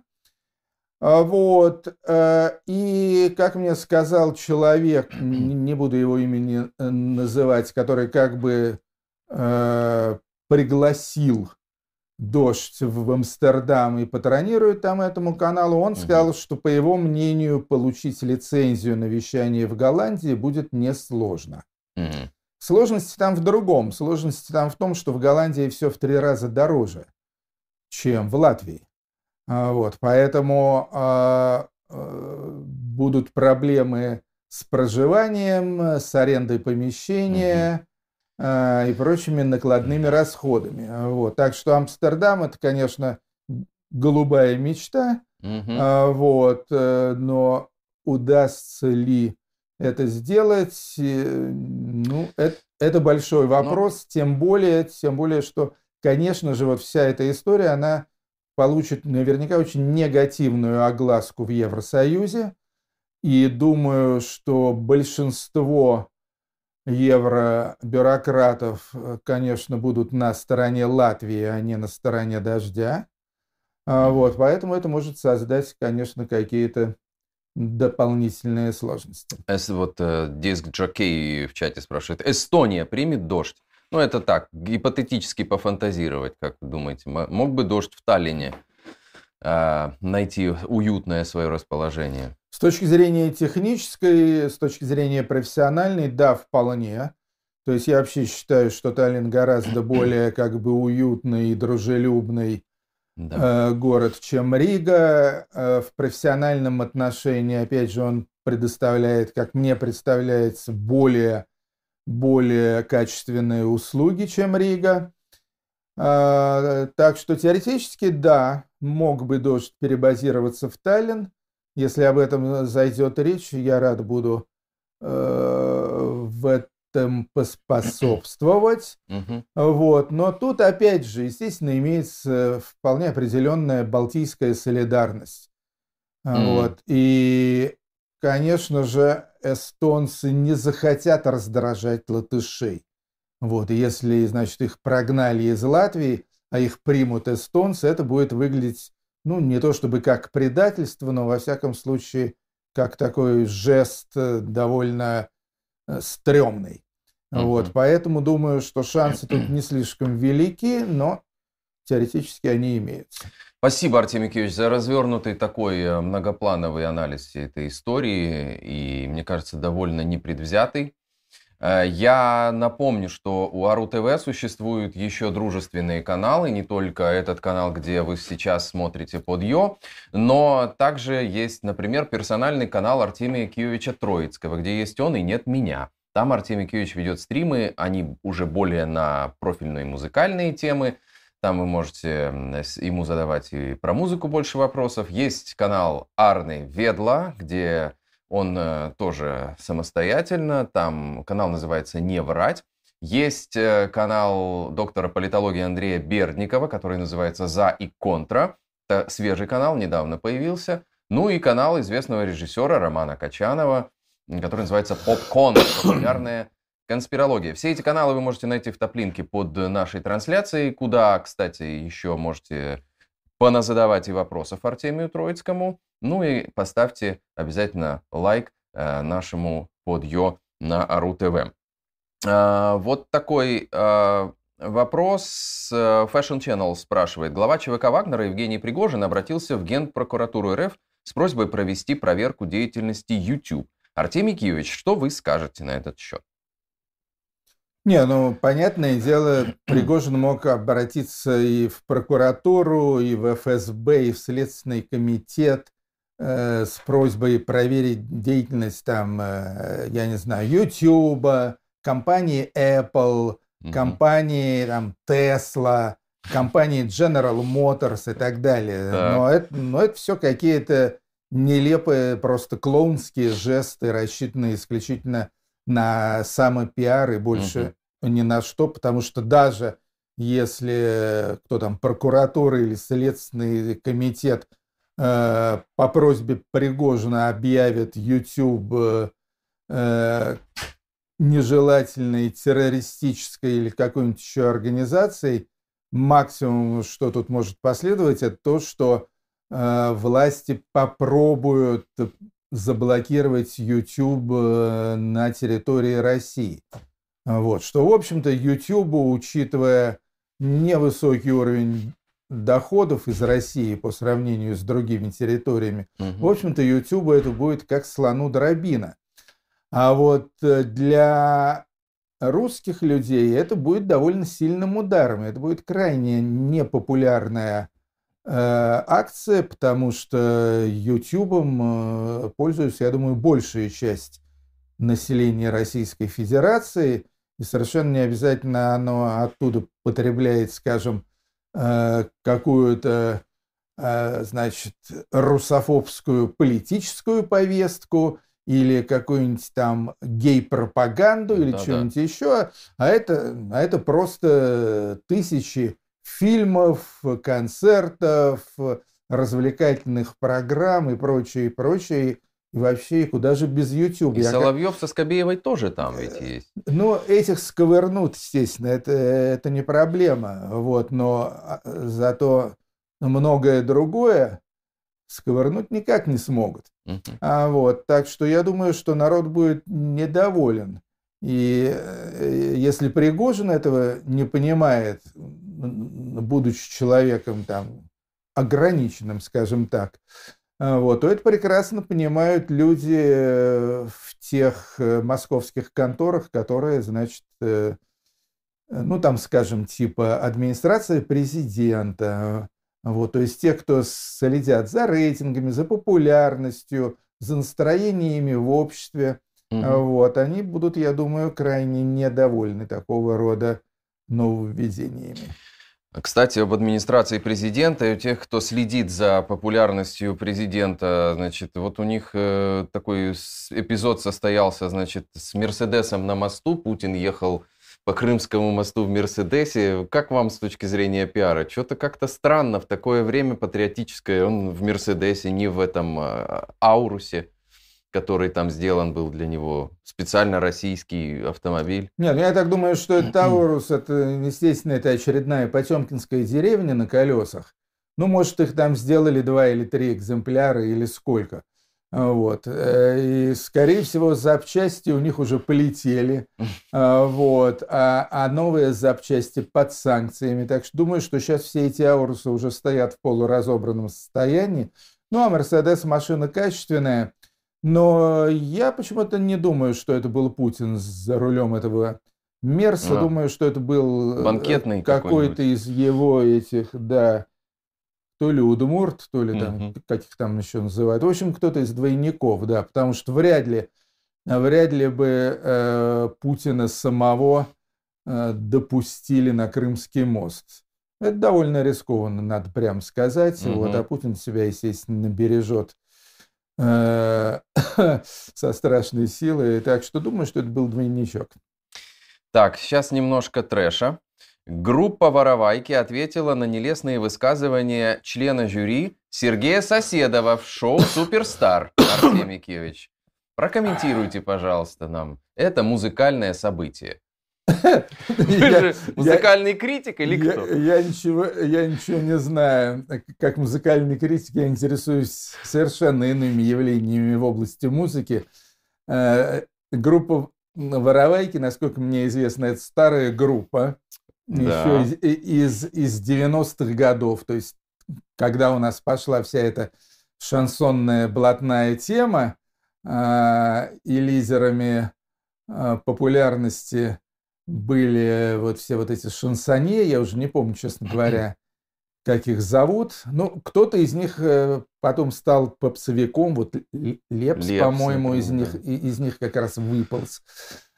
Вот. И, как мне сказал человек, не буду его имени называть, который как бы э, пригласил «Дождь» в Амстердам и патронирует там этому каналу, он сказал, угу. что, по его мнению, получить лицензию на вещание в Голландии будет несложно. Угу. Сложности там в другом. Сложности там в том, что в Голландии все в три раза дороже, чем в Латвии. Вот, поэтому э, э, будут проблемы с проживанием, с арендой помещения э, и прочими накладными расходами. Вот, так что Амстердам — это, конечно, голубая мечта, э, вот, э, но удастся ли это сделать, э, ну, это, это большой вопрос, но... тем более, тем более, что, конечно же, вот вся эта история, она получит наверняка очень негативную огласку в Евросоюзе. И думаю, что большинство евробюрократов, конечно, будут на стороне Латвии, а не на стороне дождя. Вот, поэтому это может создать, конечно, какие-то дополнительные сложности. Вот Диск Джокей в чате спрашивает: Эстония примет дождь? Ну, это так, гипотетически пофантазировать, как вы думаете. Мог бы дождь в Таллине э, найти уютное свое расположение? С точки зрения технической, с точки зрения профессиональной, да, вполне. То есть я вообще считаю, что Таллин гораздо более как бы уютный и дружелюбный да. э, город, чем Рига. Э, в профессиональном отношении, опять же, он предоставляет, как мне представляется, более... более качественные услуги, чем Рига. А, так что теоретически, да, мог бы дождь перебазироваться в Таллин. Если об этом зайдет речь, я рад буду э, в этом поспособствовать. Вот. Но тут, опять же, естественно, имеется вполне определенная балтийская солидарность. Вот. И, конечно же, эстонцы не захотят раздражать латышей. Вот, и если, значит, их прогнали из Латвии, а их примут эстонцы, это будет выглядеть, ну, не то чтобы как предательство, но, во всяком случае, как такой жест довольно стрёмный. Uh-huh. Вот, поэтому думаю, что шансы тут не слишком велики, но теоретически они имеются. Спасибо, Артемий Киевич, за развернутый такой многоплановый анализ всей этой истории и, мне кажется, довольно непредвзятый. Я напомню, что у Ару ТВ существуют еще дружественные каналы, не только этот канал, где вы сейчас смотрите Подъё, но также есть, например, персональный канал Артемия Киевича Троицкого, где есть он и нет меня. Там Артемий Киевич ведет стримы, они уже более на профильные музыкальные темы. Там вы можете ему задавать и про музыку больше вопросов. Есть канал Арны Ведла, где он тоже самостоятельно. Там канал называется «Не врать». Есть канал доктора политологии Андрея Бердникова, который называется «За и контра». Это свежий канал, недавно появился. Ну и канал известного режиссера Романа Качанова, который называется «Попкон», популярная конспирология. Все эти каналы вы можете найти в топ-линке под нашей трансляцией, куда, кстати, еще можете поназадавать и вопросов Артемию Троицкому. Ну и поставьте обязательно лайк э, нашему Подъё на Ару ТВ. Э, вот такой э, вопрос. Fashion Channel спрашивает. Глава ЧВК Вагнера Евгений Пригожин обратился в Генпрокуратуру РФ с просьбой провести проверку деятельности YouTube. Артемий Киевич, что вы скажете на этот счет? Не, ну, понятное дело, Пригожин мог обратиться и в прокуратуру, и в эф эс бэ, и в Следственный комитет э, с просьбой проверить деятельность, там, э, я не знаю, YouTube, компании Apple, mm-hmm. компании там, Tesla, компании General Motors и так далее. Так. Но это, но это все какие-то нелепые, просто клоунские жесты, рассчитанные исключительно на самопиар и больше Мгм. ни на что, потому что даже если кто там, прокуратура или Следственный комитет э, по просьбе Пригожина объявит YouTube э, э, нежелательной террористической или какой-нибудь еще организацией, максимум, что тут может последовать, это то, что э, власти попробуют заблокировать YouTube э, на территории России. Вот, что, в общем-то, YouTube, учитывая невысокий уровень доходов из России по сравнению с другими территориями, Мгм. в общем-то, YouTube это будет как слону дробина. А вот э, для русских людей это будет довольно сильным ударом. Это будет крайне непопулярная э, акция, потому что Ютубом э, пользуется, я думаю, большая часть населения Российской Федерации, и совершенно не обязательно оно оттуда потребляет, скажем, э, какую-то, э, значит, русофобскую политическую повестку или какую-нибудь там гей-пропаганду или Да-да. что-нибудь еще, а это, а это просто тысячи фильмов, концертов, развлекательных программ и прочее, и прочее. И вообще, и куда же без YouTube? И Я как- Соловьев со Скобеевой тоже там ведь есть. Ну, этих сковырнут, естественно, это, это не проблема. Вот, но а, зато многое другое сковырнуть никак не смогут. Мгм. А вот, так что я думаю, что народ будет недоволен. И э, если Пригожин этого не понимает, м, будучи человеком там ограниченным, скажем так, а, вот, то это прекрасно понимают люди э, в тех э, московских конторах, которые, значит, э, ну, там, скажем, типа администрация президента, вот, то есть те, кто следят за рейтингами, за популярностью, за настроениями в обществе, Мгм. вот, они будут, я думаю, крайне недовольны такого рода нововведениями. Кстати, об администрации президента и у тех, кто следит за популярностью президента, значит, вот у них э, такой с- эпизод состоялся, значит, с Мерседесом на мосту. Путин ехал по Крымскому мосту в Мерседесе. Как вам с точки зрения пиара? Что-то как-то странно в такое время патриотическое. Он в Мерседесе, не в этом э, Аурусе, который там сделан был для него. Специально российский автомобиль. Нет, ну я так думаю, что это Таурус, это, естественно, это очередная потемкинская деревня на колесах. Ну, может, их там сделали два или три экземпляра, или сколько. А, Вот. Э, И, скорее всего, запчасти у них уже полетели. А, Вот. А, а новые запчасти под санкциями. Так что думаю, что сейчас все эти Аурусы уже стоят в полуразобранном состоянии. Ну, а Мерседес машина качественная. Но я почему-то не думаю, что это был Путин за рулем этого Мерса. А, Думаю, что это был э, банкетный какой-то какой-нибудь. из его этих, да, то ли Удмурт, то ли там, Мгм. как их там еще называют. В общем, кто-то из двойников, да, потому что вряд ли, вряд ли бы э, Путина самого э, допустили на Крымский мост. Это довольно рискованно, надо прямо сказать. Вот, а Мгм. Путин себя, естественно, бережет э, со страшной силой. Так что думаю, что это был двойничок. Так, сейчас немножко трэша. Группа «Воровайки» ответила на нелестные высказывания члена жюри Сергея Соседова в шоу «Суперстар». Артем Микевич, прокомментируйте, пожалуйста, нам это музыкальное событие. Вы Я, же я, музыкальный критик или я, кто? я ничего, я ничего не знаю. Как музыкальный критик я интересуюсь совершенно иными явлениями в области музыки. Э, Группа «Воровайки», насколько мне известно, это старая группа, еще Да. из, из, из девяностых годов, то есть когда у нас пошла вся эта шансонная блатная тема, а, и лидерами а, популярности были вот все вот эти шансонье, я уже не помню, честно говоря, как их зовут. Ну, кто-то из них э, потом стал попсовиком, вот Л- Лепс, Лепс, по-моему, из например, них, да. и- из них как раз выполз.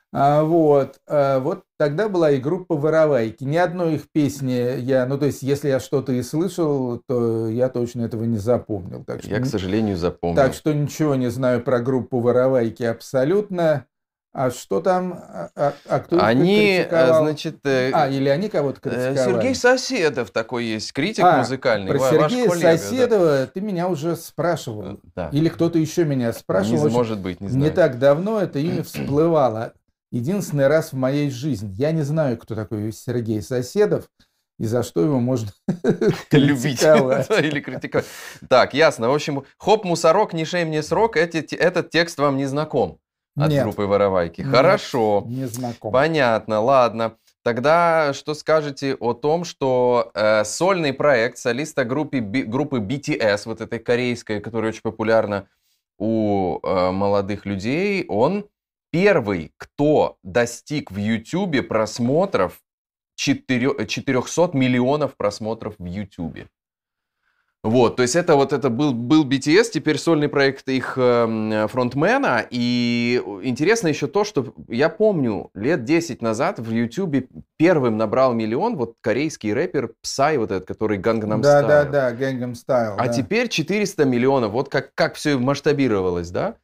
А, вот, а, вот тогда была и группа «Воровайки». Ни одной их песни я, ну, то есть, если я что-то и слышал, то я точно этого не запомнил. Так что, Я, к сожалению, так запомнил. что ничего не знаю про группу «Воровайки» абсолютно. А что там, а, а- а кто их Они, э, критиковал? значит, А, э, или они кого-то э, Сергей критиковали? Соседов такой есть, критик А, музыкальный, про ва- ваш Сергея коллега, да. Соседова ты меня уже Э, спрашивал. Да, Или кто-то еще меня не, спрашивал. В з- общем, может быть, не не знаю. так давно это имя всплывало. Единственный раз в моей жизни. Я не знаю, кто такой Сергей Соседов и за что его можно Любить критиковать. да, или критиковать. Так, ясно. В общем, хоп, мусорок, не шей мне срок, эти, те- этот текст вам не знаком от Нет, группы «Воровайки». нет, Хорошо, не знаком. понятно, ладно. Тогда что скажете о том, что э, сольный проект солиста группы, Би- группы би ти эс, вот этой корейской, которая очень популярна у э, молодых людей, он первый, кто достиг в Ютубе просмотров четыре- четыреста миллионов просмотров в Ютубе. Вот, то есть это вот это был, был би ти эс, теперь сольный проект их э, фронтмена. И интересно еще то, что я помню, лет десять назад в Ютубе первым набрал миллион вот корейский рэпер Psy, вот этот, который Gangnam Да, да, Style. да, Gangnam Style, А да. теперь четыреста миллионов. Вот как, как все масштабировалось, да?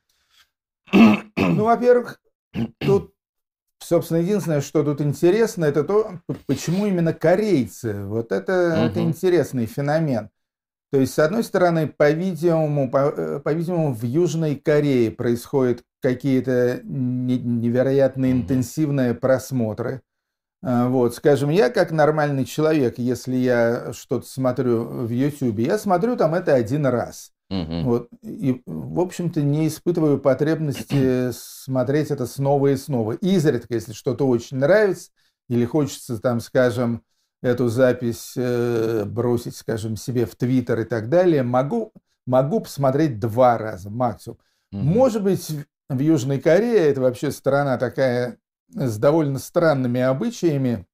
Ну, во-первых, тут, собственно, единственное, что тут интересно, это то, п- почему именно корейцы. Вот это, это Мгм. интересный феномен. То есть, с одной стороны, по-видимому, по, э, по-видимому, в Южной Корее происходят какие-то не- невероятно Мгм. интенсивные просмотры. А, Вот, скажем, я как нормальный человек, если я что-то смотрю в Ютубе, я смотрю там это один раз. Мгм. Вот, и, в общем-то, не испытываю потребности смотреть это снова и снова. Изредка, если что-то очень нравится, или хочется там, скажем, эту запись э, бросить, скажем, себе в Твиттер и так далее, могу, могу посмотреть два раза максимум. Мгм. Может быть, в в Южной Корее, это вообще страна такая с довольно странными обычаями,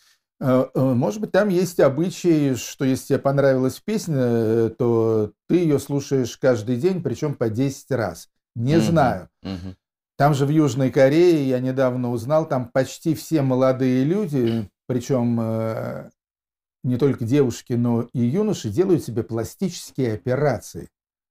Э, э, может быть, там есть обычаи, что если тебе понравилась песня, э, то ты ее слушаешь каждый день, причем по десять раз. Не Мгм. знаю. Мгм. Там же в Южной Корее, я недавно узнал, там почти все молодые люди, причем э, не только девушки, но и юноши, делают себе пластические операции.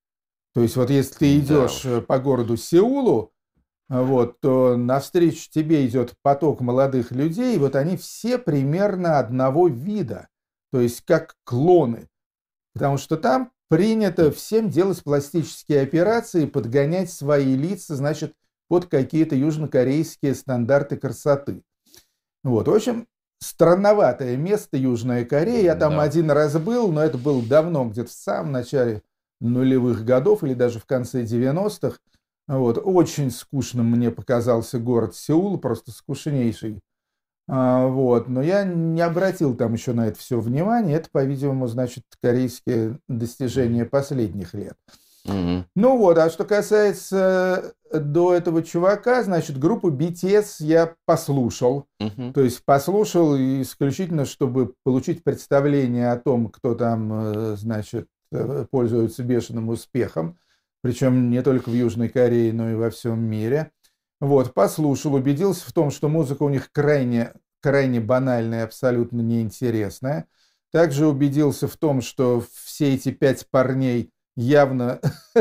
То есть вот если ты Да идешь уж. э, по городу Сеулу, а вот, то навстречу тебе идет поток молодых людей, вот они все примерно одного вида, то есть как клоны, потому что там принято всем делать пластические операции, подгонять свои лица, значит, под какие-то южнокорейские стандарты красоты. Вот, в общем, странноватое место Южная Корея, я там Да. один раз был, но это было давно, где-то в самом начале нулевых годов или даже в конце девяностых. Вот. Очень скучным мне показался город Сеул, просто скучнейший. А, вот. Но я не обратил там еще на это все внимание. Это, по-видимому, значит, корейские достижения последних лет. Мгм. Ну вот, а что касается э, до этого чувака, значит, группу би ти эс я послушал. Мгм. То есть послушал исключительно, чтобы получить представление о том, кто там, э, значит, э, пользуется бешеным успехом. Причем не только в Южной Корее, но и во всем мире. Вот, послушал, убедился в том, что музыка у них крайне, крайне банальная, абсолютно неинтересная. Также убедился в том, что все эти пять парней явно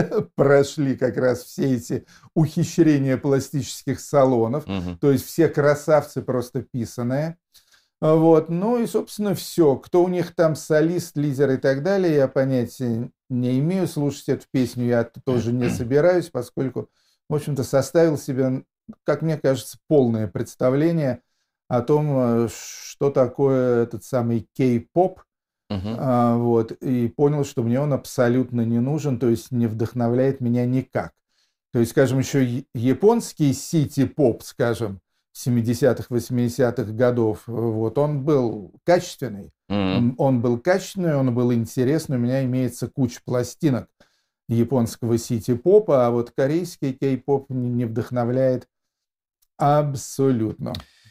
прошли как раз все эти ухищрения пластических салонов. Мгм. То есть все красавцы просто писаные. А Вот. Ну и, собственно, все. Кто у них там солист, лидер и так далее, я понятия не имею. Слушать эту песню я тоже не собираюсь, поскольку, в общем-то, составил себе, как мне кажется, полное представление о том, э, что такое этот самый кей-поп. Мгм. А, Вот. И понял, что мне он абсолютно не нужен, то есть не вдохновляет меня никак. То есть, скажем, еще я- японский сити-поп, скажем, семидесятых, восьмидесятых годов, вот, он был качественный. Мгм. Он, он был качественный, он был интересный. У меня имеется куча пластинок японского сити-попа, а вот корейский кей-поп не не вдохновляет абсолютно.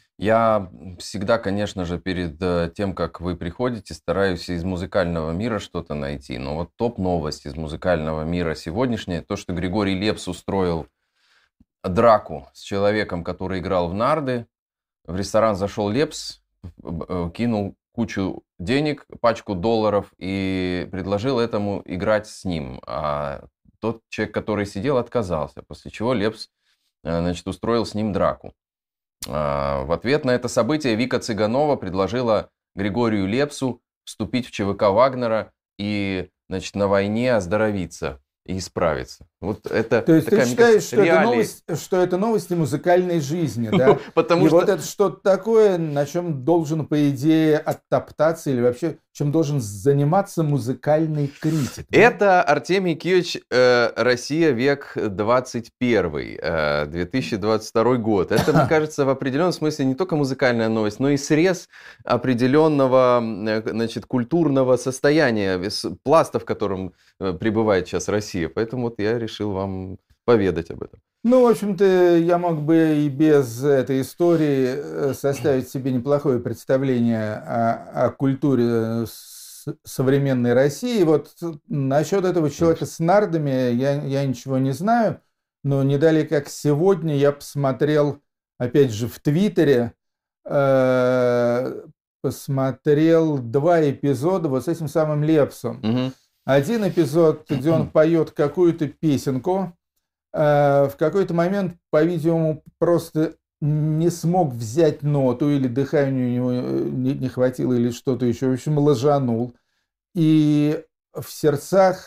Я всегда, конечно же, перед э, тем, как вы приходите, стараюсь из музыкального мира что-то найти. Но вот топ-новость из музыкального мира сегодняшняя, то, что Григорий Лепс устроил драку с человеком, который играл в нарды. В ресторан зашел Лепс, кинул кучу денег, пачку долларов и предложил этому играть с ним. А тот человек, который сидел, отказался, после чего Лепс, значит, устроил с ним драку. В ответ на это событие Вика Цыганова предложила Григорию Лепсу вступить в ЧВК Вагнера и, значит, на войне оздоровиться и исправиться. Вот это, То есть такая, ты считаешь, кажется, что это, реалии. новость, что это новости музыкальной жизни, да? Потому И что... вот это что-то такое, на чем должен, по идее, оттоптаться или вообще чем должен заниматься музыкальный критик. Да? Это Артемий Киевич, э, «Россия. Век двадцать первый», э, две тысячи двадцать второй год. Это, мне кажется, в определенном смысле не только музыкальная новость, но и срез определенного, значит, культурного состояния, пласта, в котором пребывает сейчас Россия. Поэтому вот я решил вам поведать об этом. Ну, в общем-то, я мог бы и без этой истории составить себе неплохое представление о, о культуре современной России. Вот насчет этого человека с нардами я, я ничего не знаю, но не далее как сегодня я посмотрел, опять же, в Твиттере, э, посмотрел два эпизода вот с этим самым Лепсом. Угу. Один эпизод, где он поет какую-то песенку, в какой-то момент, по-видимому, просто не смог взять ноту, или дыханию у него не, не хватило, или что-то еще, в общем, ложанул. И в сердцах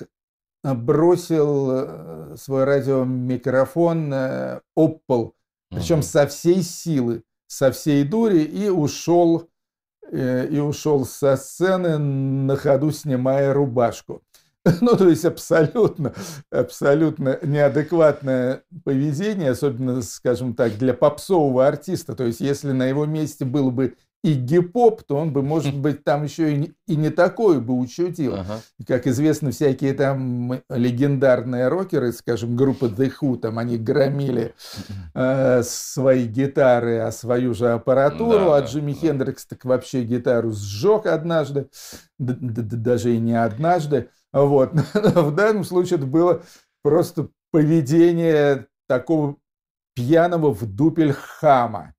бросил свой радиомикрофон об пол, причем со всей силы, со всей дури, и ушел, и ушел со сцены, на ходу снимая рубашку. Ну, то есть абсолютно, абсолютно неадекватное поведение, особенно, скажем так, для попсового артиста. То есть если на его месте был бы игги-поп, то он бы, может быть, там еще и не, и не такое бы учудил. Ага. Как известно, всякие там легендарные рокеры, скажем, группа The Who, там они громили э, свои гитары, а свою же аппаратуру, да, а Джимми да. Хендрикс так вообще гитару сжег однажды, даже и не однажды. Вот. В данном случае это было просто поведение такого пьяного в дупель хама.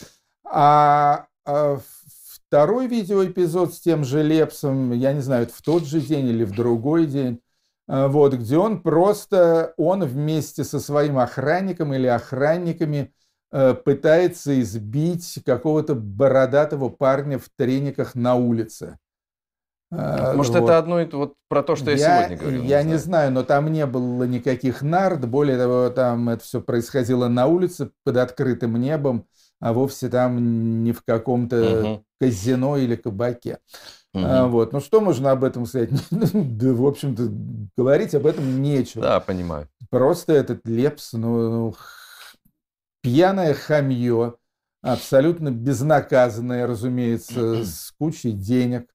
А, а второй видеоэпизод с тем же Лепсом, я не знаю, это в тот же день или в другой день, вот, где он просто, он вместе со своим охранником или охранниками пытается избить какого-то бородатого парня в трениках на улице. Может, вот. Это одно и вот про то, что я, я сегодня говорил? Я не, не знаю. знаю, но там не было никаких нард. Более того, там это все происходило на улице под открытым небом, а вовсе там не в каком-то угу. казино или кабаке. Угу. А, вот. Ну, что можно об этом сказать? Да, в общем-то, говорить об этом нечего. Да, понимаю. Просто этот Лепс, ну, ну пьяное хамье, абсолютно безнаказанное, разумеется, с кучей денег.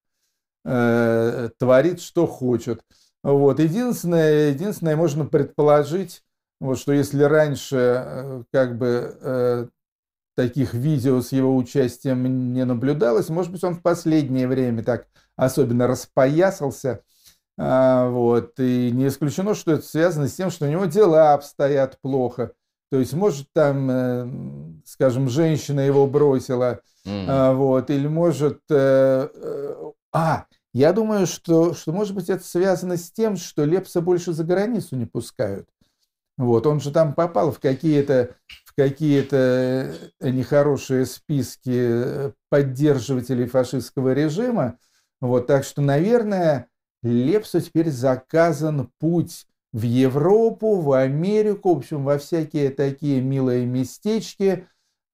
Творит, что хочет. Вот. Единственное, единственное, можно предположить, вот, что если раньше как бы э, таких видео с его участием не наблюдалось, может быть, он в последнее время так особенно распоясался. А, вот. И не исключено, что это связано с тем, что у него дела обстоят плохо. То есть, может, там, э, скажем, женщина его бросила, mm. а, вот, или может... Э, э, А, я думаю, что, что, может быть, это связано с тем, что Лепса больше за границу не пускают. Вот, он же там попал в какие-то, в какие-то нехорошие списки поддерживателей фашистского режима. Вот, так что, наверное, Лепсу теперь заказан путь в Европу, в Америку, в общем, во всякие такие милые местечки.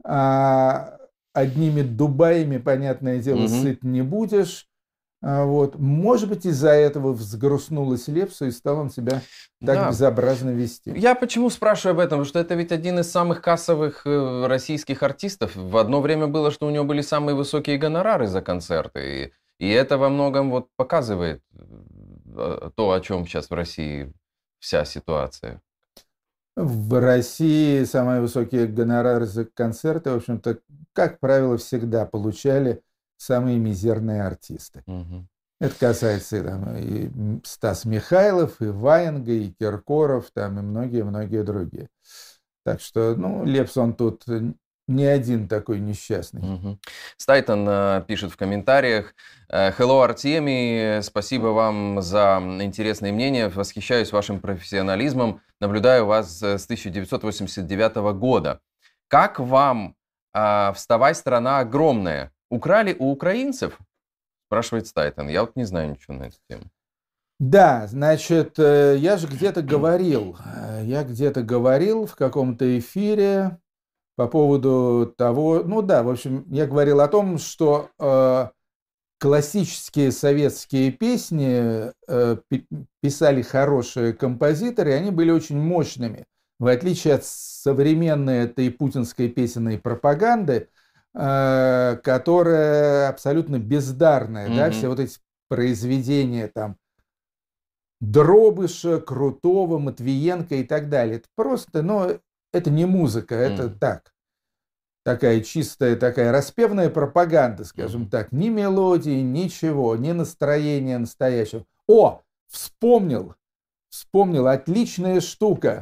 А одними Дубаями, понятное дело, угу. сыт не будешь. Вот. Может быть, из-за этого взгрустнулась Лепсу, и стал он себя так да. безобразно вести. Я почему спрашиваю об этом? Потому что это ведь один из самых кассовых российских артистов. В одно время было, что у него были самые высокие гонорары за концерты. И, и это во многом вот показывает то, о чем сейчас в России вся ситуация. В России самые высокие гонорары за концерты, в общем-то, как правило, всегда получали самые мизерные артисты. Угу. Это касается там, и Стас Михайлов, и Ваенга, и Киркоров, там, и многие-многие другие. Так что, ну, Лепс, он тут не один такой несчастный. Угу. Стайтон э, пишет в комментариях: «Hello, Артемий, спасибо вам за интересные мнения, восхищаюсь вашим профессионализмом, наблюдаю вас с тысяча девятьсот восемьдесят девятого года. Как вам э, «Вставай, страна огромная»? Украли у украинцев?» Спрашивает Стайтон. Я вот не знаю ничего на эту тему. Да, значит, я же где-то говорил, я где-то говорил в каком-то эфире по поводу того, ну да, в общем, я говорил о том, что э, классические советские песни э, писали хорошие композиторы, и они были очень мощными, в отличие от современной этой путинской песенной пропаганды, э, которая абсолютно бездарная, mm-hmm. да, все вот эти произведения там Дробыша, Крутого, Матвиенко и так далее. Это просто, ну, это не музыка, это mm. так. Такая чистая, такая распевная пропаганда, скажем mm. так. Ни мелодии, ничего, ни настроения настоящего. О, вспомнил, вспомнил, отличная штука.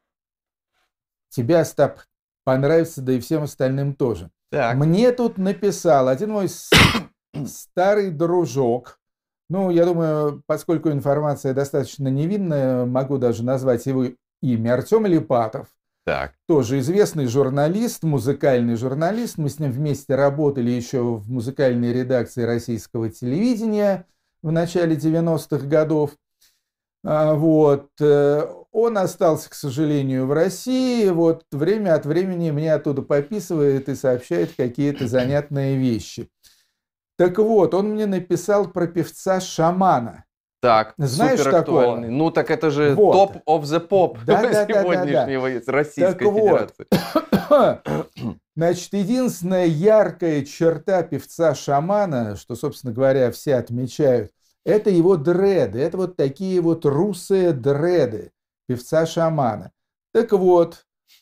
Тебе, Остап, понравится, да и всем остальным тоже. Так. Мне тут написал один мой старый дружок. Ну, я думаю, поскольку информация достаточно невинная, могу даже назвать его имя. Артем Липатов. Так. Тоже известный журналист, музыкальный журналист. Мы с ним вместе работали еще в музыкальной редакции российского телевидения в начале девяностых годов. Вот. Он остался, к сожалению, в России. Вот время от времени мне оттуда пописывает и сообщает какие-то занятные вещи. Так вот, он мне написал про певца Шамана. Так, знаешь такого? Ну, так это же вот. Top of the pop да, сегодняшнего да, да, да. Российской так Федерации. Вот. Значит, единственная яркая черта певца Шамана, что, собственно говоря, все отмечают, это его дреды. Это вот такие вот русые дреды певца Шамана. Так вот,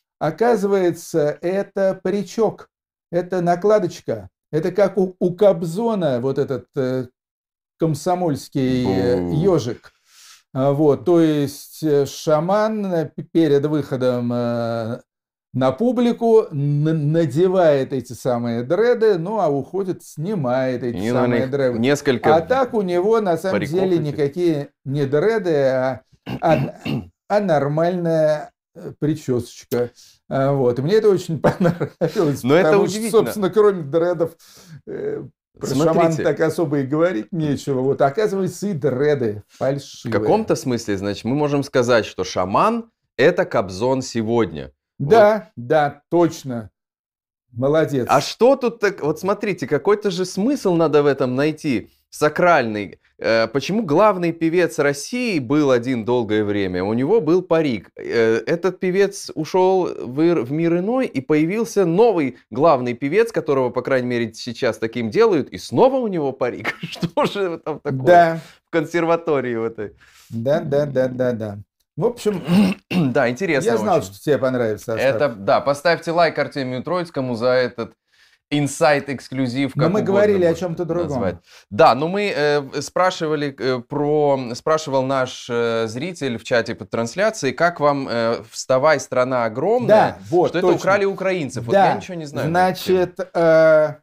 оказывается, это паричок, это накладочка. Это как у, у Кобзона вот этот э, комсомольский э, ежик. А, вот, то есть э, Шаман перед выходом э, на публику н- надевает эти самые дреды, ну а уходит, снимает эти и самые дреды. Несколько а так у него на самом деле этих. никакие не дреды, а, а, а нормальная причесочка. Вот. И мне это очень понравилось. Но это удивительно. Что, собственно, кроме дредов э, про Шамана так особо и говорить нечего. Вот, оказывается, и дреды фальшивые. В каком-то смысле, значит, мы можем сказать, что Шаман – это Кобзон сегодня. Да, вот. да, точно. Молодец. А что тут так? Вот смотрите, какой-то же смысл надо в этом найти, сакральный. Почему главный певец России был один долгое время? У него был парик. Этот певец ушел в мир иной, и появился новый главный певец, которого, по крайней мере, сейчас таким делают, и снова у него парик. Что же там такое да. в консерватории в этой? Да, да, да, да, да. В общем, да, интересно. Я знал, очень. что тебе понравится. Это, да, поставьте лайк Артемию Троицкому за этот инсайт-эксклюзив. Но мы говорили о чем-то другом. Назвать. Да, но мы э, спрашивали э, про... Спрашивал наш э, зритель в чате под трансляцией, как вам э, «Вставай, страна огромная», да, вот, что точно. это украли украинцев. Да. Вот я ничего не знаю. Значит, э,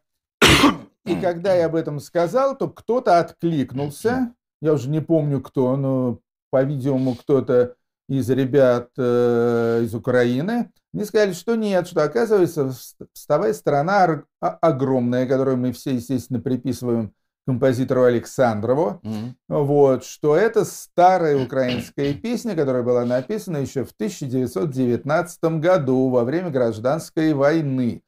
и когда я об этом сказал, то кто-то откликнулся. Я уже не помню кто, но, по-видимому, кто-то из ребят э, из Украины. Мне сказали, что нет, что оказывается «Вставай, страна огромная», которую мы все, естественно, приписываем композитору Александрову, mm-hmm. вот, что это старая украинская песня, которая была написана еще в тысяча девятьсот девятнадцатом году во время гражданской войны.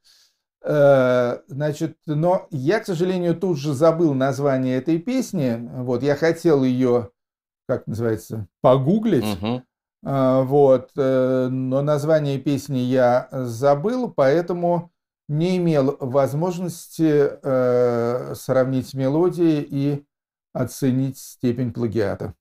Э, значит, но я, к сожалению, тут же забыл название этой песни. Вот, я хотел ее, как называется, погуглить. Mm-hmm. Вот, но название песни я забыл, поэтому не имел возможности э, сравнить мелодии и оценить степень плагиата.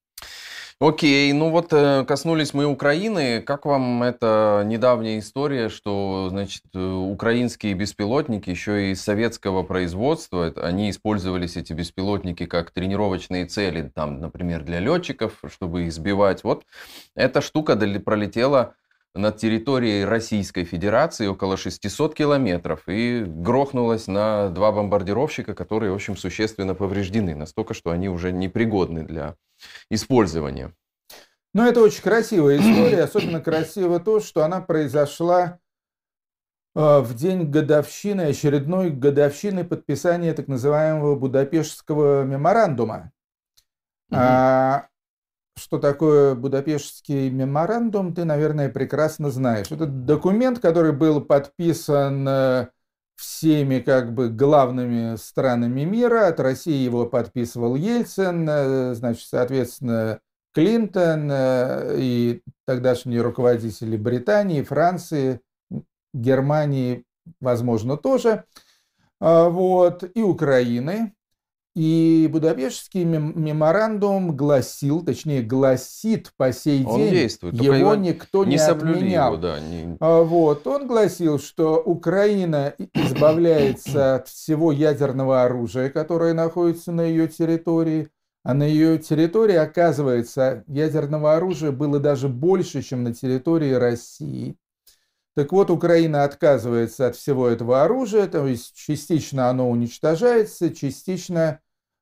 Окей, ну вот коснулись мы Украины. Как вам эта недавняя история, что, значит, украинские беспилотники еще и советского производства, они использовались, эти беспилотники, как тренировочные цели, там, например, для летчиков, чтобы их сбивать. Вот эта штука пролетела над территорией Российской Федерации около шестисот километров и грохнулась на два бомбардировщика, которые, в общем, существенно повреждены. Настолько, что они уже непригодны для использования. Ну, это очень красивая история. Особенно красиво то, что она произошла в день годовщины, очередной годовщины подписания так называемого Будапештского меморандума. Угу. А что такое Будапештский меморандум, ты, наверное, прекрасно знаешь. Это документ, который был подписан всеми как бы главными странами мира. От России его подписывал Ельцин, значит, соответственно, Клинтон и тогдашние руководители Британии, Франции, Германии, возможно, тоже, вот, и Украины. И Будапештский меморандум гласил, точнее, гласит по сей он день, действует, его, его никто не, не отменял. Его, да, не... Вот, он гласил, что Украина избавляется от всего ядерного оружия, которое находится на ее территории, а на ее территории, оказывается, ядерного оружия было даже больше, чем на территории России. Так вот, Украина отказывается от всего этого оружия, то есть частично оно уничтожается, частично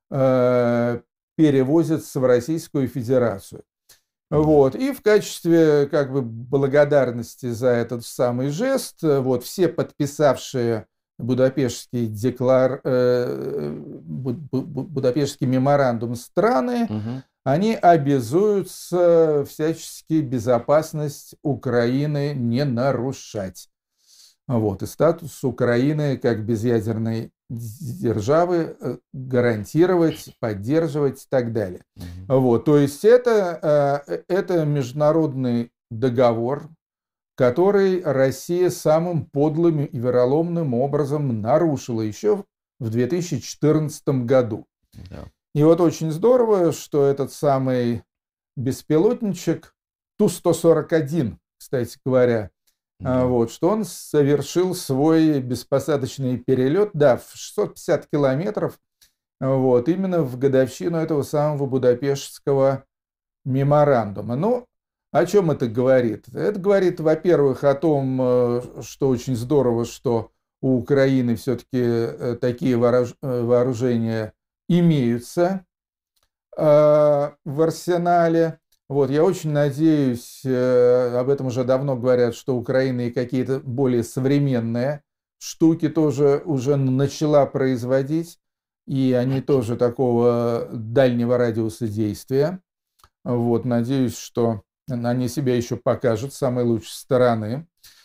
э, перевозится в Российскую Федерацию. Вот. И в качестве как бы благодарности за этот самый жест, вот, все подписавшие Будапештский, деклар... э, Будапештский меморандум страны, угу. они обязуются всячески безопасность Украины не нарушать. Вот. И статус Украины как безъядерной державы гарантировать, поддерживать и так далее. Угу. Вот. То есть это, это международный договор, который Россия самым подлым и вероломным образом нарушила еще в две тысячи четырнадцатом году. Да. И вот очень здорово, что этот самый беспилотничек Ту сто сорок один, кстати говоря, да. вот, что он совершил свой беспосадочный перелет, да, в шестьсот пятьдесят километров, вот, именно в годовщину этого самого Будапештского меморандума. Ну, о чем это говорит? Это говорит, во-первых, о том, что очень здорово, что у Украины все-таки такие вооружения имеются э, в арсенале. Вот, я очень надеюсь, э, об этом уже давно говорят, что Украина и какие-то более современные штуки тоже уже начала производить, и они тоже такого дальнего радиуса действия. Вот, надеюсь, что они себя еще покажут с самой лучшей стороны.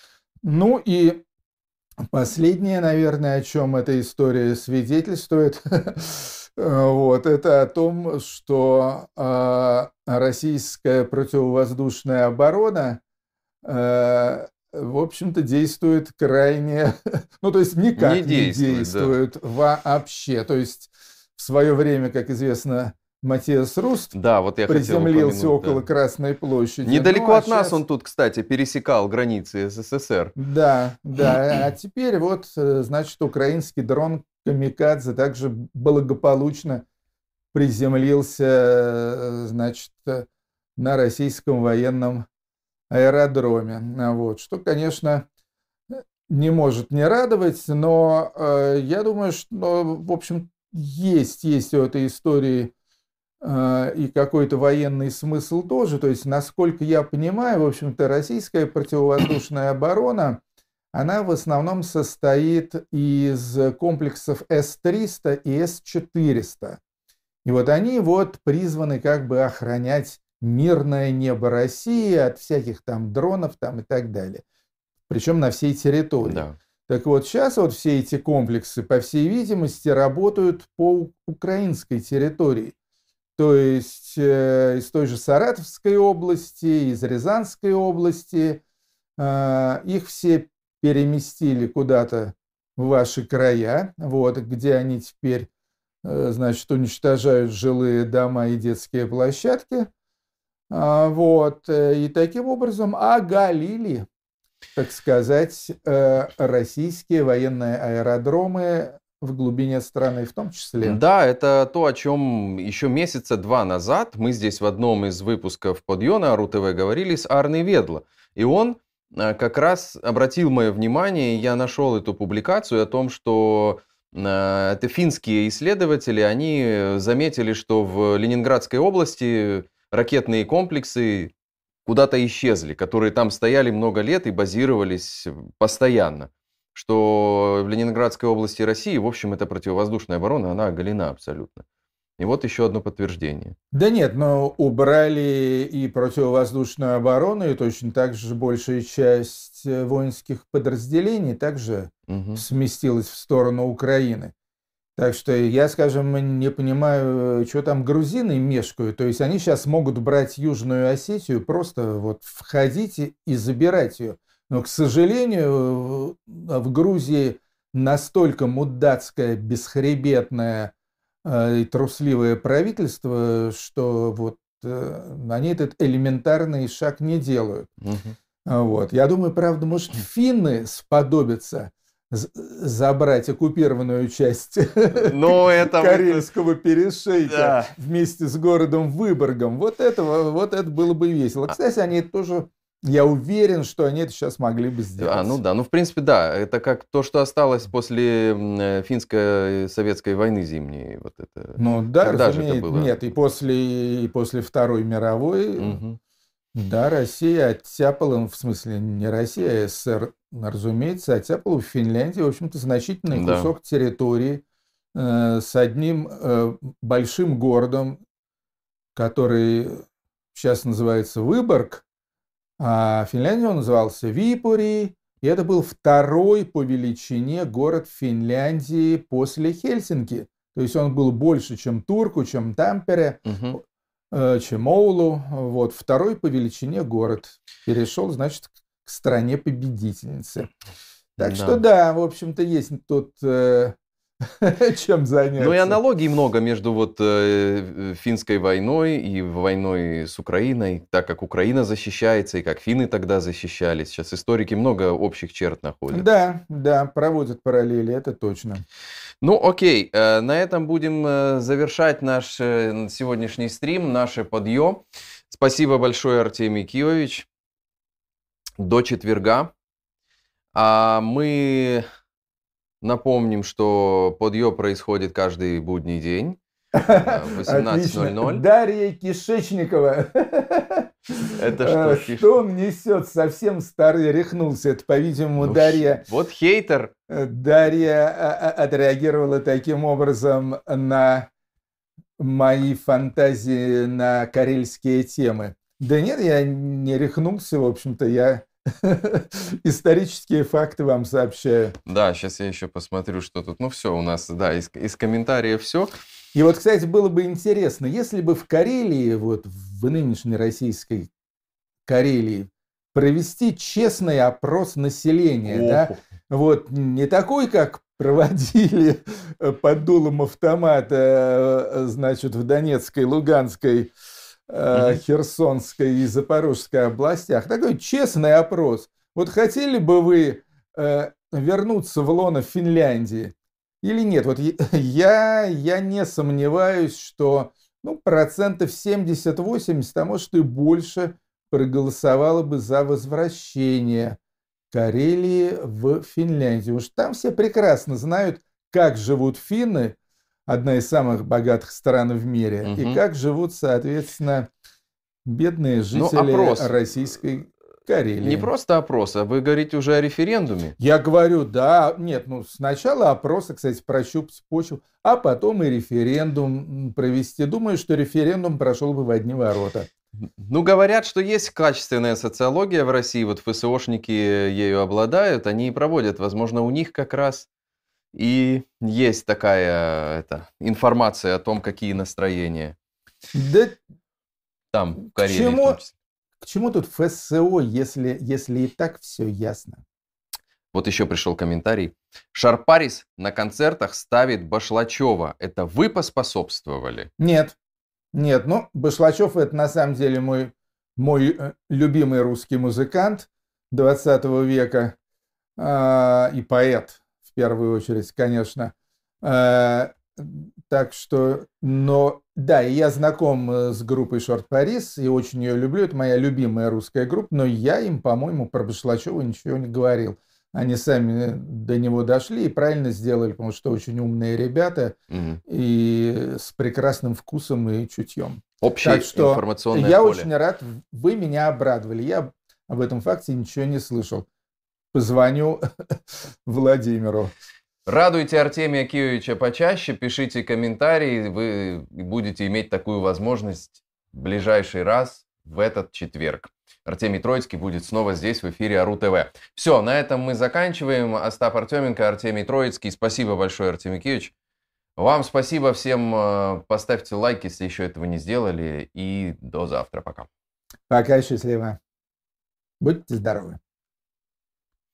Ну и последнее, наверное, о чем эта история свидетельствует, вот, это о том, что э, российская противовоздушная оборона, э, в общем-то, действует крайне, ну, то есть никак не действует, не действует да. вообще. То есть в свое время, как известно, Матиас Руст да, вот я приземлился около да. Красной площади. Недалеко ну, а от сейчас... нас он тут, кстати, пересекал границы СССР. Да, да. А теперь вот, значит, украинский дрон Камикадзе также благополучно приземлился, значит, на российском военном аэродроме. Вот. Что, конечно, не может не радовать, но э, я думаю, что, в общем, есть, есть у этой истории и какой-то военный смысл тоже. То есть, насколько я понимаю, в общем-то, российская противовоздушная оборона, она в основном состоит из комплексов С триста и С четыреста. И вот они вот призваны как бы охранять мирное небо России от всяких там дронов там и так далее. Причем на всей территории. Да. Так вот, сейчас вот все эти комплексы, по всей видимости, работают по украинской территории. То есть э, из той же Саратовской области, из Рязанской области. Э, их все переместили куда-то в ваши края, вот, где они теперь, э, значит, уничтожают жилые дома и детские площадки. Э, вот, и таким образом оголили, так сказать, э, российские военные аэродромы в глубине страны в том числе. Да, это то, о чем еще месяца два назад мы здесь в одном из выпусков Подъона РУ-ТВ говорили с Арной Ведло. И он как раз обратил мое внимание, я нашел эту публикацию о том, что это финские исследователи, они заметили, что в Ленинградской области ракетные комплексы куда-то исчезли, которые там стояли много лет и базировались постоянно. Что в Ленинградской области России, в общем, эта противовоздушная оборона, она оголена абсолютно. И вот еще одно подтверждение. Да нет, но убрали и противовоздушную оборону, и точно так же большая часть воинских подразделений также угу. сместилась в сторону Украины. Так что я, скажем, не понимаю, что там грузины мешкают. То есть они сейчас могут брать Южную Осетию, просто вот входить и забирать ее. Но, к сожалению, в Грузии настолько мудацкое, бесхребетное и трусливое правительство, что вот они этот элементарный шаг не делают. Угу. Вот. Я думаю, правда, может, финны сподобятся забрать оккупированную часть Но это Карельского вот... перешейка да. вместе с городом Выборгом. Вот, этого, вот это было бы весело. Кстати, они тоже... Я уверен, что они это сейчас могли бы сделать. А, ну да, ну в принципе да, это как то, что осталось после финско-советской войны зимней. Вот это. Ну да, Когда разумеется, это было? Нет, и после, и после Второй мировой, угу. да, Россия оттяпала, в смысле не Россия, а СССР, разумеется, оттяпала в Финляндии, в общем-то, значительный да. кусок территории э, с одним э, большим городом, который сейчас называется Выборг, а в Финляндии он назывался Випури, и это был второй по величине город Финляндии после Хельсинки. То есть он был больше, чем Турку, чем Тампере, угу. э, чем Оулу. Вот, второй по величине город. Перешел, значит, к стране-победительнице. Так да. что да, в общем-то, есть тут... Э, чем заняться. Ну и аналогий много между вот э, финской войной и войной с Украиной, так как Украина защищается и как финны тогда защищались. Сейчас историки много общих черт находят. Да, да, проводят параллели, это точно. Ну окей, э, на этом будем э, завершать наш э, сегодняшний стрим, наше подъё. Спасибо большое, Артемий Киевович. До четверга. А мы... Напомним, что подъё происходит каждый будний день в восемнадцать ноль ноль. Дарья Кишечникова. Это что? Что он несет? Совсем старый рехнулся. Это, по-видимому, ну, Дарья... Вот хейтер. Дарья отреагировала таким образом на мои фантазии на карельские темы. Да нет, я не рехнулся, в общем-то, я... Исторические факты вам сообщаю. Да, сейчас я еще посмотрю, что тут. Ну, все у нас, да, из, из комментариев все. И вот, кстати, было бы интересно, если бы в Карелии, вот в нынешней российской Карелии, провести честный опрос населения, О. да, вот не такой, как проводили под дулом автомата, значит, в Донецкой, Луганской, Херсонской и Запорожской областях. Такой честный опрос. Вот хотели бы вы э, вернуться в лоно Финляндии или нет? Вот я, я не сомневаюсь, что ну, процентов семьдесят-восемьдесят, а может и больше, проголосовало бы за возвращение Карелии в Финляндию. Уж там все прекрасно знают, как живут финны, одна из самых богатых стран в мире, угу. и как живут, соответственно, бедные жители ну, российской Карелии. Не просто опрос, а вы говорите уже о референдуме. Я говорю, да, нет, ну сначала опросы, кстати, прощупать почву, а потом и референдум провести. Думаю, что референдум прошел бы в одни ворота. Ну, говорят, что есть качественная социология в России, вот ФСОшники ею обладают, они и проводят, возможно, у них как раз и есть такая это, информация о том, какие настроения. Да там, в Карелии. К чему, к чему тут ФСО, если, если и так все ясно? Вот еще пришел комментарий. Шарпарис на концертах ставит Башлачева. Это вы поспособствовали? Нет. Нет, ну, Башлачев это на самом деле мой, мой любимый русский музыкант двадцатого века э, и поэт. В первую очередь, конечно. Так что, но, да, и я знаком с группой Шорт Парис, и очень ее люблю, это моя любимая русская группа, но я им, по-моему, про Башлачева ничего не говорил. Они сами до него дошли и правильно сделали, потому что очень умные ребята Мгм. и с прекрасным вкусом и чутьем. Общее Так что информационное я поле. очень рад, вы меня обрадовали. Я об этом факте ничего не слышал. Позвоню Владимиру. Радуйте Артемия Киевича почаще, пишите комментарии, вы будете иметь такую возможность в ближайший раз в этот четверг. Артемий Троицкий будет снова здесь в эфире АРУ ТВ. Все, на этом мы заканчиваем. Остап Артеменко, Артемий Троицкий. Спасибо большое, Артемий Киевич. Вам спасибо всем. Поставьте лайк, если еще этого не сделали. И до завтра. Пока. Пока, счастливо. Будьте здоровы.